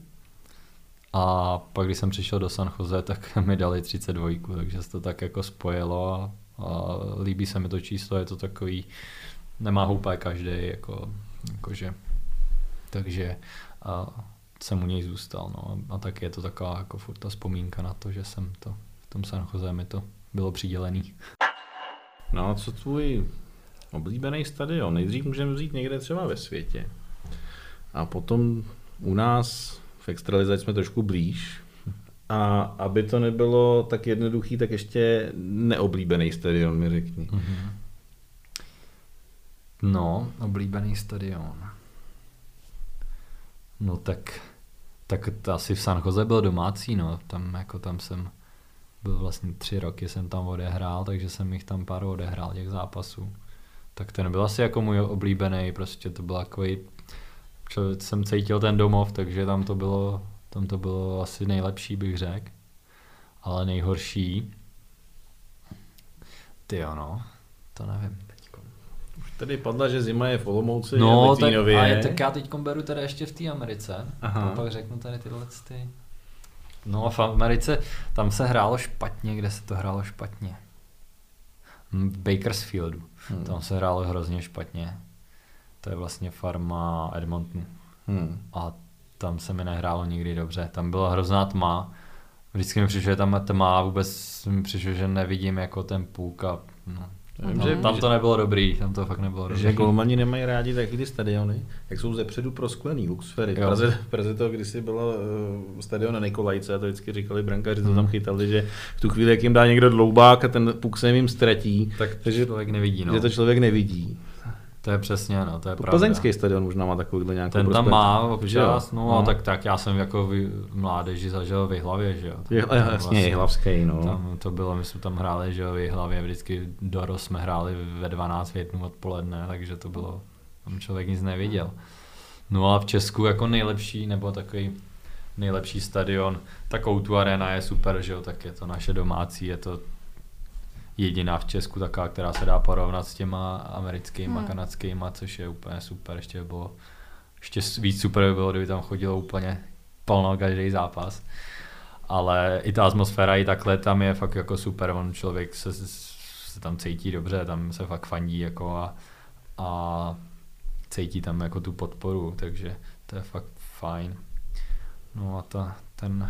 A pak, když jsem přišel do San Jose, tak mi dali 32, takže se to tak jako spojilo a líbí se mi to číslo, je to takový, nemá ho úplně každý, jakože, takže jsem u něj zůstal, no, a tak je to taková jako furt ta vzpomínka na to, že jsem to v tom San Jose mi to bylo přidělený. No, co tvůj oblíbený stadion? Nejdřív můžeme vzít někde třeba ve světě. A potom u nás v extralizaci jsme trošku blíž. A aby to nebylo tak jednoduchý, tak ještě neoblíbený stadion mi řekni. No, oblíbený stadion. No tak to asi v San Jose byl domácí, no. Tam jsem byl vlastně 3 roky jsem tam odehrál, takže jsem jich tam pár odehrál těch zápasů. Tak ten byl asi jako můj oblíbený, prostě to byl takový, jsem cítil ten domov, takže tam to bylo asi nejlepší, bych řekl. Ale nejhorší, tyjo no, to nevím teďko. Už tady padla, že zima je v Olomouci, no, Litvínově. tak já teďkom beru teda ještě v té Americe, a pak řeknu tady tyhle ty. No a v Americe, tam se hrálo špatně, kde se to hrálo špatně? V Bakersfieldu, tam se hrálo hrozně špatně. To je vlastně farma Edmontonu. A tam se mi nehrálo nikdy dobře, tam byla hrozná tma. Vždycky mi přišlo, že tam tma, vůbec mi přišlo, že nevidím jako ten puk a no. Tam to nebylo dobrý, tam to fakt nebylo dobrý. Že golmani nemají rádi taky ty stadiony, jak jsou zepředu prosklený, luxfery. V Praze to kdysi bylo stadion na Nikolajce a to vždycky říkali brankáři, to tam chytali, že v tu chvíli, jak jim dá někdo dloubák a ten puk se jim ztratí, takže člověk nevidí. No. Že to člověk nevidí. To je přesně, no, to je pravda. Plzeňský stadion možná má takovýhle nějakou ten tam má občas, no. Tak já jsem jako v mládeži zažil v Jihlavě, že jo. Jasně, Jihlavský, no. Tam to bylo, my jsme tam hráli, že jo, v Jihlavě, vždycky dorost jsme hráli ve 12 v 1 odpoledne, takže to bylo, tam člověk nic neviděl. No a v Česku jako nejlepší, nebo takový nejlepší stadion, tak O2 Arena je super, že jo, tak je to naše domácí, je to jediná v Česku taková, která se dá porovnat s těma americkýma, kanadskýma, což je úplně super. Ještě víc super by bylo, kdyby tam chodilo úplně plno každý zápas. Ale i ta atmosféra i takhle tam je fakt jako super, on člověk se tam cítí dobře, tam se fakt fandí jako a cítí tam jako tu podporu, takže to je fakt fajn. No a ten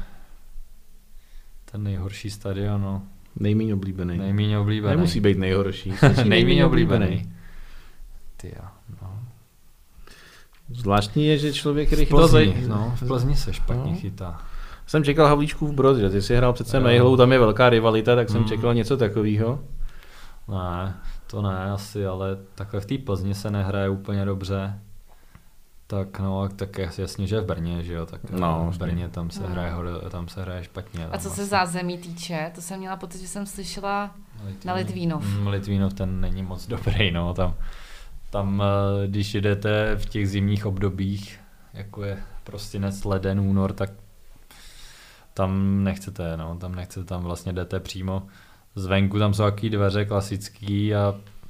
nejhorší stadion, no. Nejméně oblíbený. Nemusí být nejhorší. Nejméně oblíbený. Tyjo, no. Zvláštní je, že člověk v Plzni se špatně chytá. Jsem čekal Havlíčkův Brod, že ty jsi hrál přece Mejhlou, tam je velká rivalita, tak jsem čekal něco takového. Ne, to ne asi, ale takhle v té Plzni se nehraje úplně dobře. Tak no, tak jasně, že v Brně, že jo, tak v Brně tam se hraje špatně. A co se zázemí týče, to jsem měla pocit, že jsem slyšela na Litvínov. Litvínov ten není moc dobrý, no, tam když jdete v těch zimních obdobích, jako je prosinec, leden, únor, tak tam nechcete, tam vlastně jdete přímo zvenku, tam jsou takový dveře klasický a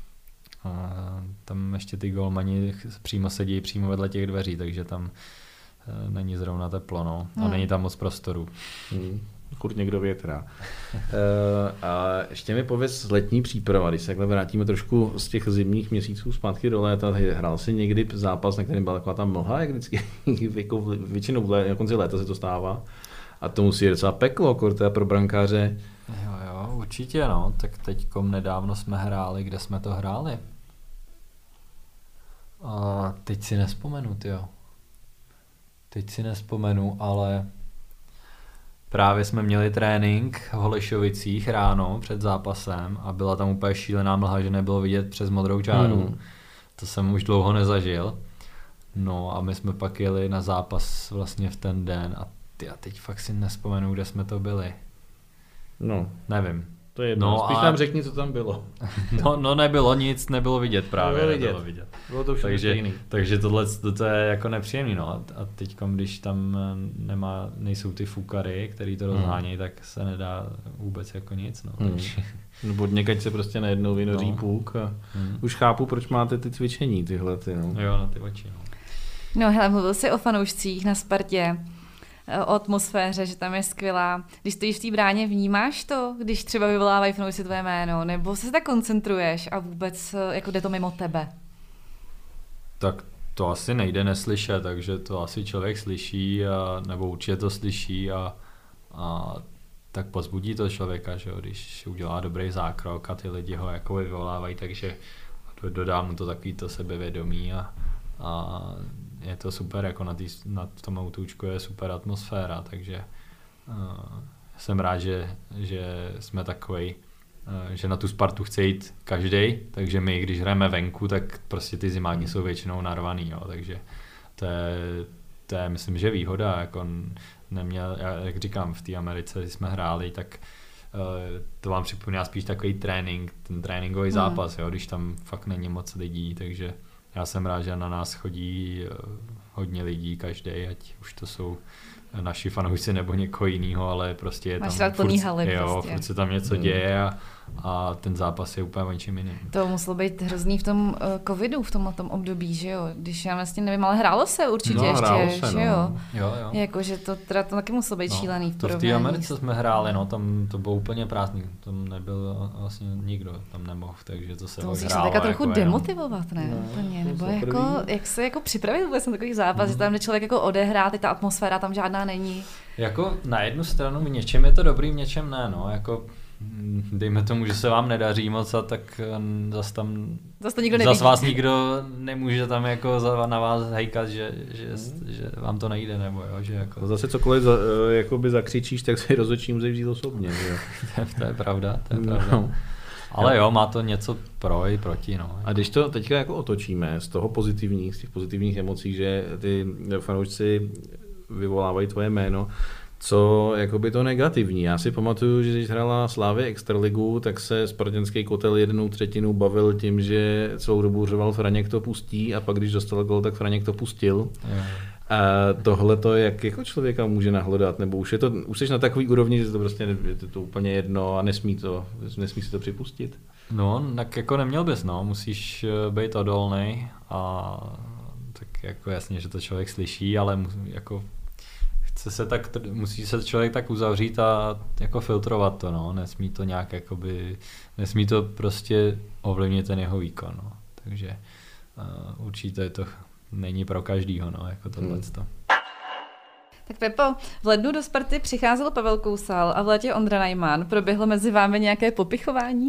tam ještě ty golmani přímo sedí přímo vedle těch dveří, takže tam není zrovna teplo, no. A není tam moc prostoru. Furt někdo větrá. A ještě mi pověz z letní příprava, když se takhle vrátíme trošku z těch zimních měsíců zpátky do léta, hrál si někdy zápas, na kterém byla taková ta mlha, jak vždycky, jako většinou na konci léta se to stává. A to musí docela peklo, korte pro brankáře. Jo, určitě, no. Tak teďkom nedávno jsme hráli, kde jsme to hráli. A teď si nespomenu, ale právě jsme měli trénink v Holešovicích ráno před zápasem a byla tam úplně šílená mlha, že nebylo vidět přes modrou čáru. To jsem už dlouho nezažil. No a my jsme pak jeli na zápas vlastně v ten den a teď fakt si nespomenu, kde jsme to byli. No. Nevím. To je jedno. Spíš nám řekni, co tam bylo. No nebylo nic, nebylo vidět právě. Nebylo vidět. Bylo to všechno stejný. Takže tohle to je jako nepříjemný. No. A teď, když tam nejsou ty fukary, který to rozhánějí, tak se nedá vůbec jako nic. No. Nebo někať se prostě najednou vynoří půk a už chápu, proč máte ty cvičení tyhle. No. Jo, na ty oči. No hele, mluvil jsi o fanoušcích na Spartě. O atmosféře, že tam je skvělá. Když stojíš v té bráně, vnímáš to, když třeba vyvolávají fanoušci tvoje jméno, nebo se tak koncentruješ a vůbec jako jde to mimo tebe? Tak to asi nejde neslyšet, takže to asi člověk slyší, nebo určitě to slyší a tak pozbudí to člověka, že jo, když udělá dobrý zákrok a ty lidi ho jako vyvolávají, takže dodá mu to takový to sebevědomí a je to super, jako na tom autůčku je super atmosféra, takže jsem rád, že jsme takovej, že na tu Spartu chce jít každej, takže my, když hrajeme venku, tak prostě ty zimáky jsou většinou narvaný, jo, takže to je myslím, že výhoda, jako neměl, jak říkám, v té Americe, když jsme hráli, tak to vám připomíná spíš takový trénink, ten tréninkový zápas, jo, když tam fakt není moc lidí, takže já jsem rád, že na nás chodí hodně lidí každý, ať už to jsou naši fanoušci nebo někoho jiného, ale prostě je máš tam rád plný haly prostě. Furt se tam něco děje a ten zápas je úplně o něčím jiným. To muselo být hrozný v tom covidu, v tomhletom období, že jo? Když já vlastně nevím, ale hrálo se určitě ještě, že jo? Jo. Jakože to taky muselo být šílený v porovnání. To v té Americe jsme hráli, no, tam to bylo úplně prázdný, tam nebyl vlastně nikdo, tam nemohl, takže to se to musíš hrálo. Se trochu jako demotivovat, ne? Úplně, nebo jako, jak se jako připravit vůbec na takový zápas, že tam jde člověk jako odehrát, ta atmosféra tam žádná není. Jako na jednu stranu v něčem je to dobrý, v něčem ne, no, jako dejme tomu, že se vám nedaří moc a tak zas vás nikdo nemůže tam jako na vás hejkat, že vám to nejde, nebo jo, že jako... Zase cokoliv jakoby zakřičíš, tak si rozhodčí musí vzít osobně, že jo. To je pravda. No. Ale jo, má to něco pro i proti, no. A když to teďka jako otočíme z těch pozitivních emocí, že ty fanoušci vyvolávají tvoje jméno, co jakoby to negativní. Já si pamatuju, že když hrála Slavia Extraligu, tak se Spartanský kotel 1/3 bavil tím, že celou dobu řval Franěk to pustí a pak když dostal gol, tak Franěk to pustil. A tohle to jak jako člověka může nahlodat, nebo už jsi na takový úrovni, že to prostě je to úplně jedno a nesmí si to připustit? No, tak jako neměl bys, no, musíš být odolnej a tak jako jasně, že to člověk slyší, ale jako musí se člověk tak uzavřít a jako filtrovat to, no, nesmí to nějak jakoby, nesmí to prostě ovlivnit ten jeho výkon, no, takže určitě to není pro každýho, no, jako tohleto. Tak Pepo, v lednu do Sparty přicházel Pavel Kousal a v létě Ondra Najman. Proběhlo mezi vámi nějaké popichování?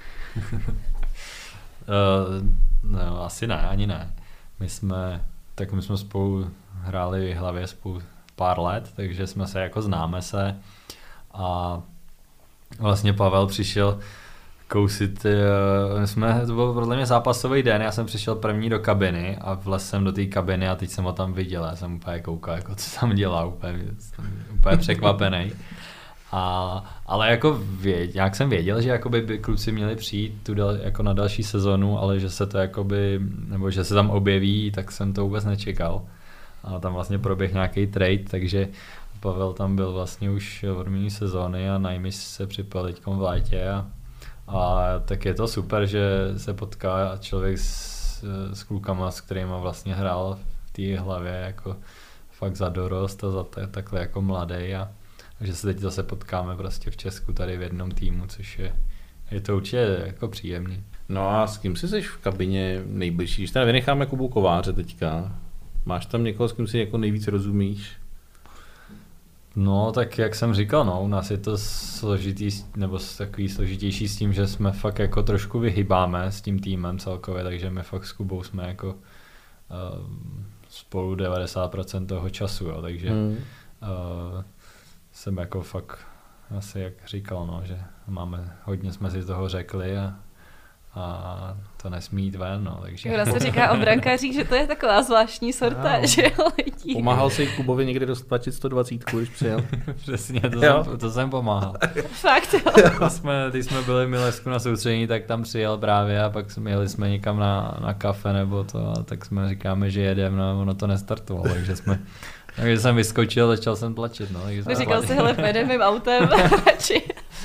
No, asi ne, ani ne. My jsme spolu hráli v Hlavě spolu pár let, takže jsme se jako známe se a vlastně Pavel přišel kousit, to byl podle mě zápasový den, já jsem přišel první do kabiny a vlez jsem do té kabiny a teď jsem ho tam viděl, já jsem úplně koukal, jako co tam dělá, úplně překvapený. Ale jako nějak jsem věděl, že jakoby by kluci měli přijít jako na další sezonu, ale že se to jakoby, nebo že se tam objeví, tak jsem to vůbec nečekal. A tam vlastně proběh nějaký trade, takže Pavel tam byl vlastně už od minulé sezóny a Najmis se připal teďkom v létě a tak je to super, že se potká člověk s klukama, s kterýma vlastně hrál v té Hlavě jako fakt za dorost a za takhle jako mladý a že se teď zase potkáme prostě v Česku tady v jednom týmu, což je to určitě jako příjemný. No a s kým jsi v kabině nejbližší? Když teda vynecháme Kubu Kováře teďka, máš tam někoho, s kým si jako nejvíc rozumíš? No, tak jak jsem říkal, no, u nás je to složitý, nebo takový složitější s tím, že jsme fakt jako trošku vyhybáme s tím týmem celkově, takže my fakt s Kubou jsme jako spolu 90% toho času, jo, takže jsem jako fakt asi jak říkal, no, že hodně jsme si toho řekli a to nesmí jít ven, no, takže... Kdo se říká o brankářích, že to je taková zvláštní sorta, no. Že jo, lidí. Pomáhal jsi Kubovi někdy dostlačit 120, když přijel? Přesně, to jsem pomáhal. Fakt, jo. Když jsme byli v Milesku na soustředění, tak tam přijel právě a pak jeli jsme někam na kafe nebo to a tak jsme říkáme, že jedeme, no, ono to nestartovalo, takže jsem vyskočil a začal jsem tlačit, no. Říkal si, hele, pojedem mým autem, radši.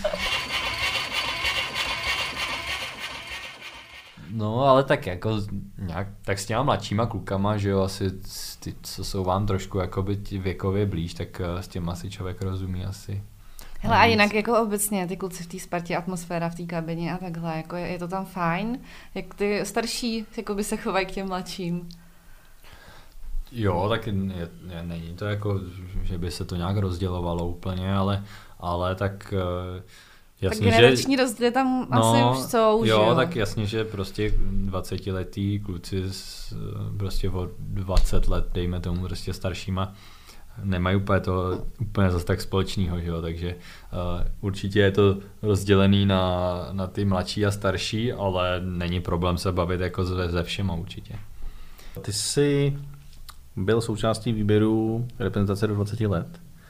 No, ale tak jako nějak, tak s těma mladšíma klukama, že jo, asi ty, co jsou vám trošku jakoby věkově blíž, tak s těma asi člověk rozumí asi. Hele, a jinak jako obecně ty kluci v té Spartě, atmosféra v té kabině a takhle, jako je to tam fajn? Jak ty starší jakoby se chovají k těm mladším? Jo, tak není to jako, že by se to nějak rozdělovalo úplně, ale tak... Jasně, tak generační rozdíly tam asi už jsou, že jo? Tak jasně, že prostě 20letí kluci prostě o 20 let, dejme tomu, prostě staršíma, nemají úplně zase tak společného, že jo, takže určitě je to rozdělený na ty mladší a starší, ale není problém se bavit jako ze všema určitě. Ty jsi byl součástí výběru reprezentace do 20 let.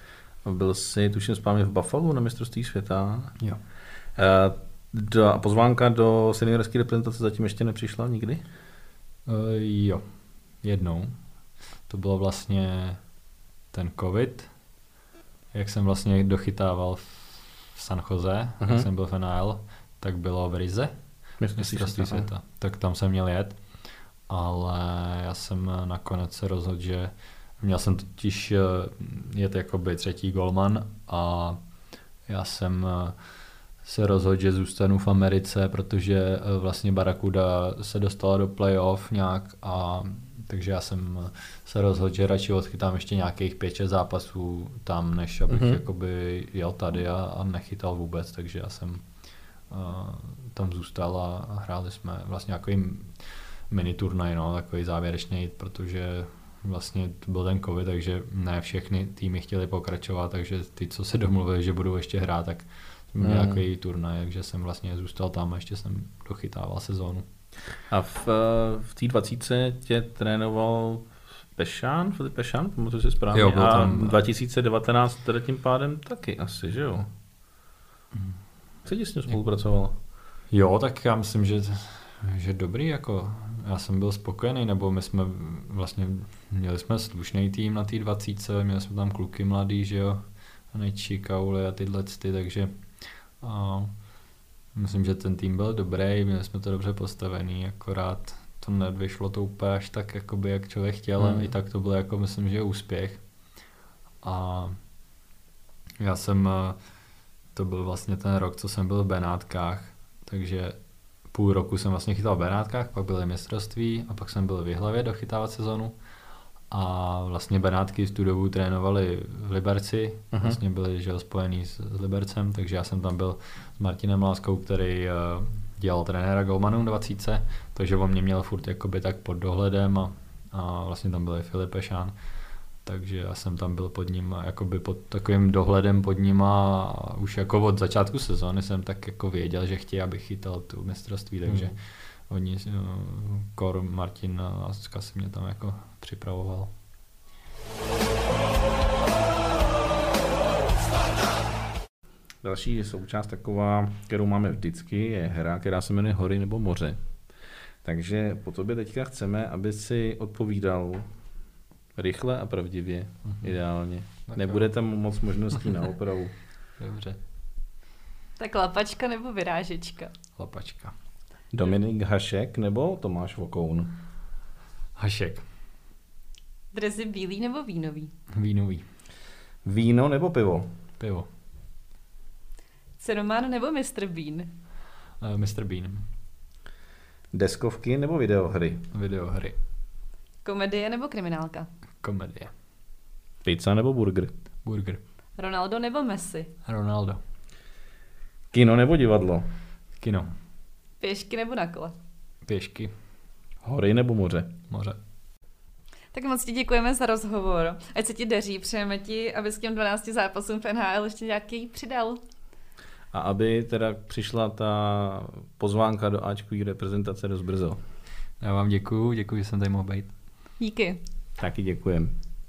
Byl jsi, tuším, správně v Buffalo na mistrovství světa. Jo. Pozvánka do seniorské reprezentace zatím ještě nepřišla nikdy? Jo, jednou. To bylo vlastně ten covid, jak jsem vlastně dochytával v San Jose, jak jsem byl v NHL, tak bylo v Rize, mistrovství světa. Tak tam jsem měl jet, ale já jsem nakonec se rozhodl, že měl jsem totiž jet jakoby třetí golman a já jsem se rozhodl, že zůstanu v Americe, protože vlastně Barracuda se dostala do playoff nějak a takže já jsem se rozhodl, že radši odchytám ještě nějakých 5-6 zápasů tam, než abych jakoby jel tady a nechytal vůbec, takže já jsem tam zůstal a hráli jsme vlastně nějaký mini turnaj, no, takový závěrečný, protože vlastně to byl ten covid, takže ne všechny týmy chtěli pokračovat, takže ty, co se domluvili, že budou ještě hrát, tak jsme měli nějaký turnaj, takže jsem vlastně zůstal tam a ještě jsem dochytával sezónu. A v té 20 tě trénoval Filip Pešán, pamatuju si správně, jo, byl tam, a 2019 teda tím pádem taky asi, že jo? Co ti s ním spolupracoval? Jo, tak já myslím, že dobrý, jako já jsem byl spokojený, nebo my jsme vlastně, měli jsme slušný tým na té 20, měli jsme tam kluky mladý, že jo, Nejčí, Kaule a tyhle, takže myslím, že ten tým byl dobrý, měli jsme to dobře postavený, akorát to nevyšlo to úplně až tak, jakoby, jak člověk chtěl, i tak to bylo, jako myslím, že úspěch. A já jsem, to byl vlastně ten rok, co jsem byl v Benátkách, takže půl roku jsem vlastně chytal v Benátkách, pak byly mistrovství a pak jsem byl v Jihlavě dochytávat sezonu. A vlastně Benátky v tu dobu trénovali v Liberci, vlastně byli že, spojený s Libercem, takže já jsem tam byl s Martinem Láskou, který dělal trenéra golmanů 20, takže on mě měl furt jakoby tak pod dohledem a vlastně tam byl i Filip Pešán, takže já jsem tam byl pod ním, jakoby pod takovým dohledem pod ním a už jako od začátku sezóny jsem tak jako věděl, že chtějí, abych chytal tu mistrovství, takže oni, Martin Láska si mě tam jako připravoval. Další součást taková, kterou máme vždycky, je hra, která se jmenuje Hory nebo moře. Takže po tobě teďka chceme, aby si odpovídal rychle a pravdivě, ideálně. Tak nebude tam moc možností na opravu. Dobře. Tak lapačka nebo vyrážečka? Lapačka. Dominik Hašek nebo Tomáš Vokoun? Hašek. Dresy bílý nebo vínový? Vínový. Víno nebo pivo? Pivo. Cenomán nebo Mr. Bean? Mr. Bean. Deskovky nebo videohry? Videohry. Komedie nebo kriminálka? Komedie. Pizza nebo burger? Burger. Ronaldo nebo Messi? Ronaldo. Kino nebo divadlo? Kino. Pěšky nebo na kole? Pěšky. Hory nebo moře? Moře. Tak moc ti děkujeme za rozhovor. Ať se ti daří, přejeme ti, aby s těm 12 zápasům v NHL ještě nějaký přidal. A aby teda přišla ta pozvánka do Ačkový reprezentace dost brzo. Já vám děkuju, že jsem tady mohl být. Díky. Taky děkujem.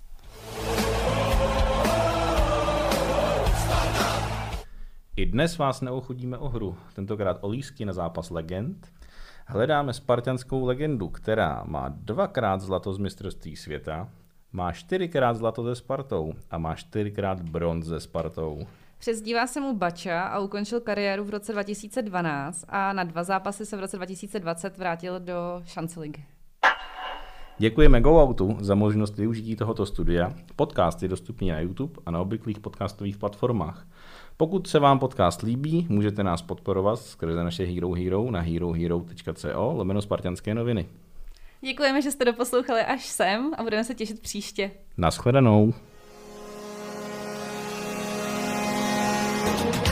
I dnes vás neochudíme o hru, tentokrát o lístky na zápas legend. Hledáme spartanskou legendu, která má 2x zlato z mistrovství světa, má 4x zlato ze Spartou a má 4x bronz ze Spartou. Přezdívá se mu Bača a ukončil kariéru v roce 2012 a na 2 zápasy se v roce 2020 vrátil do šance ligy. Děkujeme GoOutu za možnost využití tohoto studia. Podcast je dostupný na YouTube a na obvyklých podcastových platformách. Pokud se vám podcast líbí, můžete nás podporovat skrze naše Hero na herohero.co/spartanské noviny. Děkujeme, že jste doposlouchali až sem a budeme se těšit příště. Naschledanou.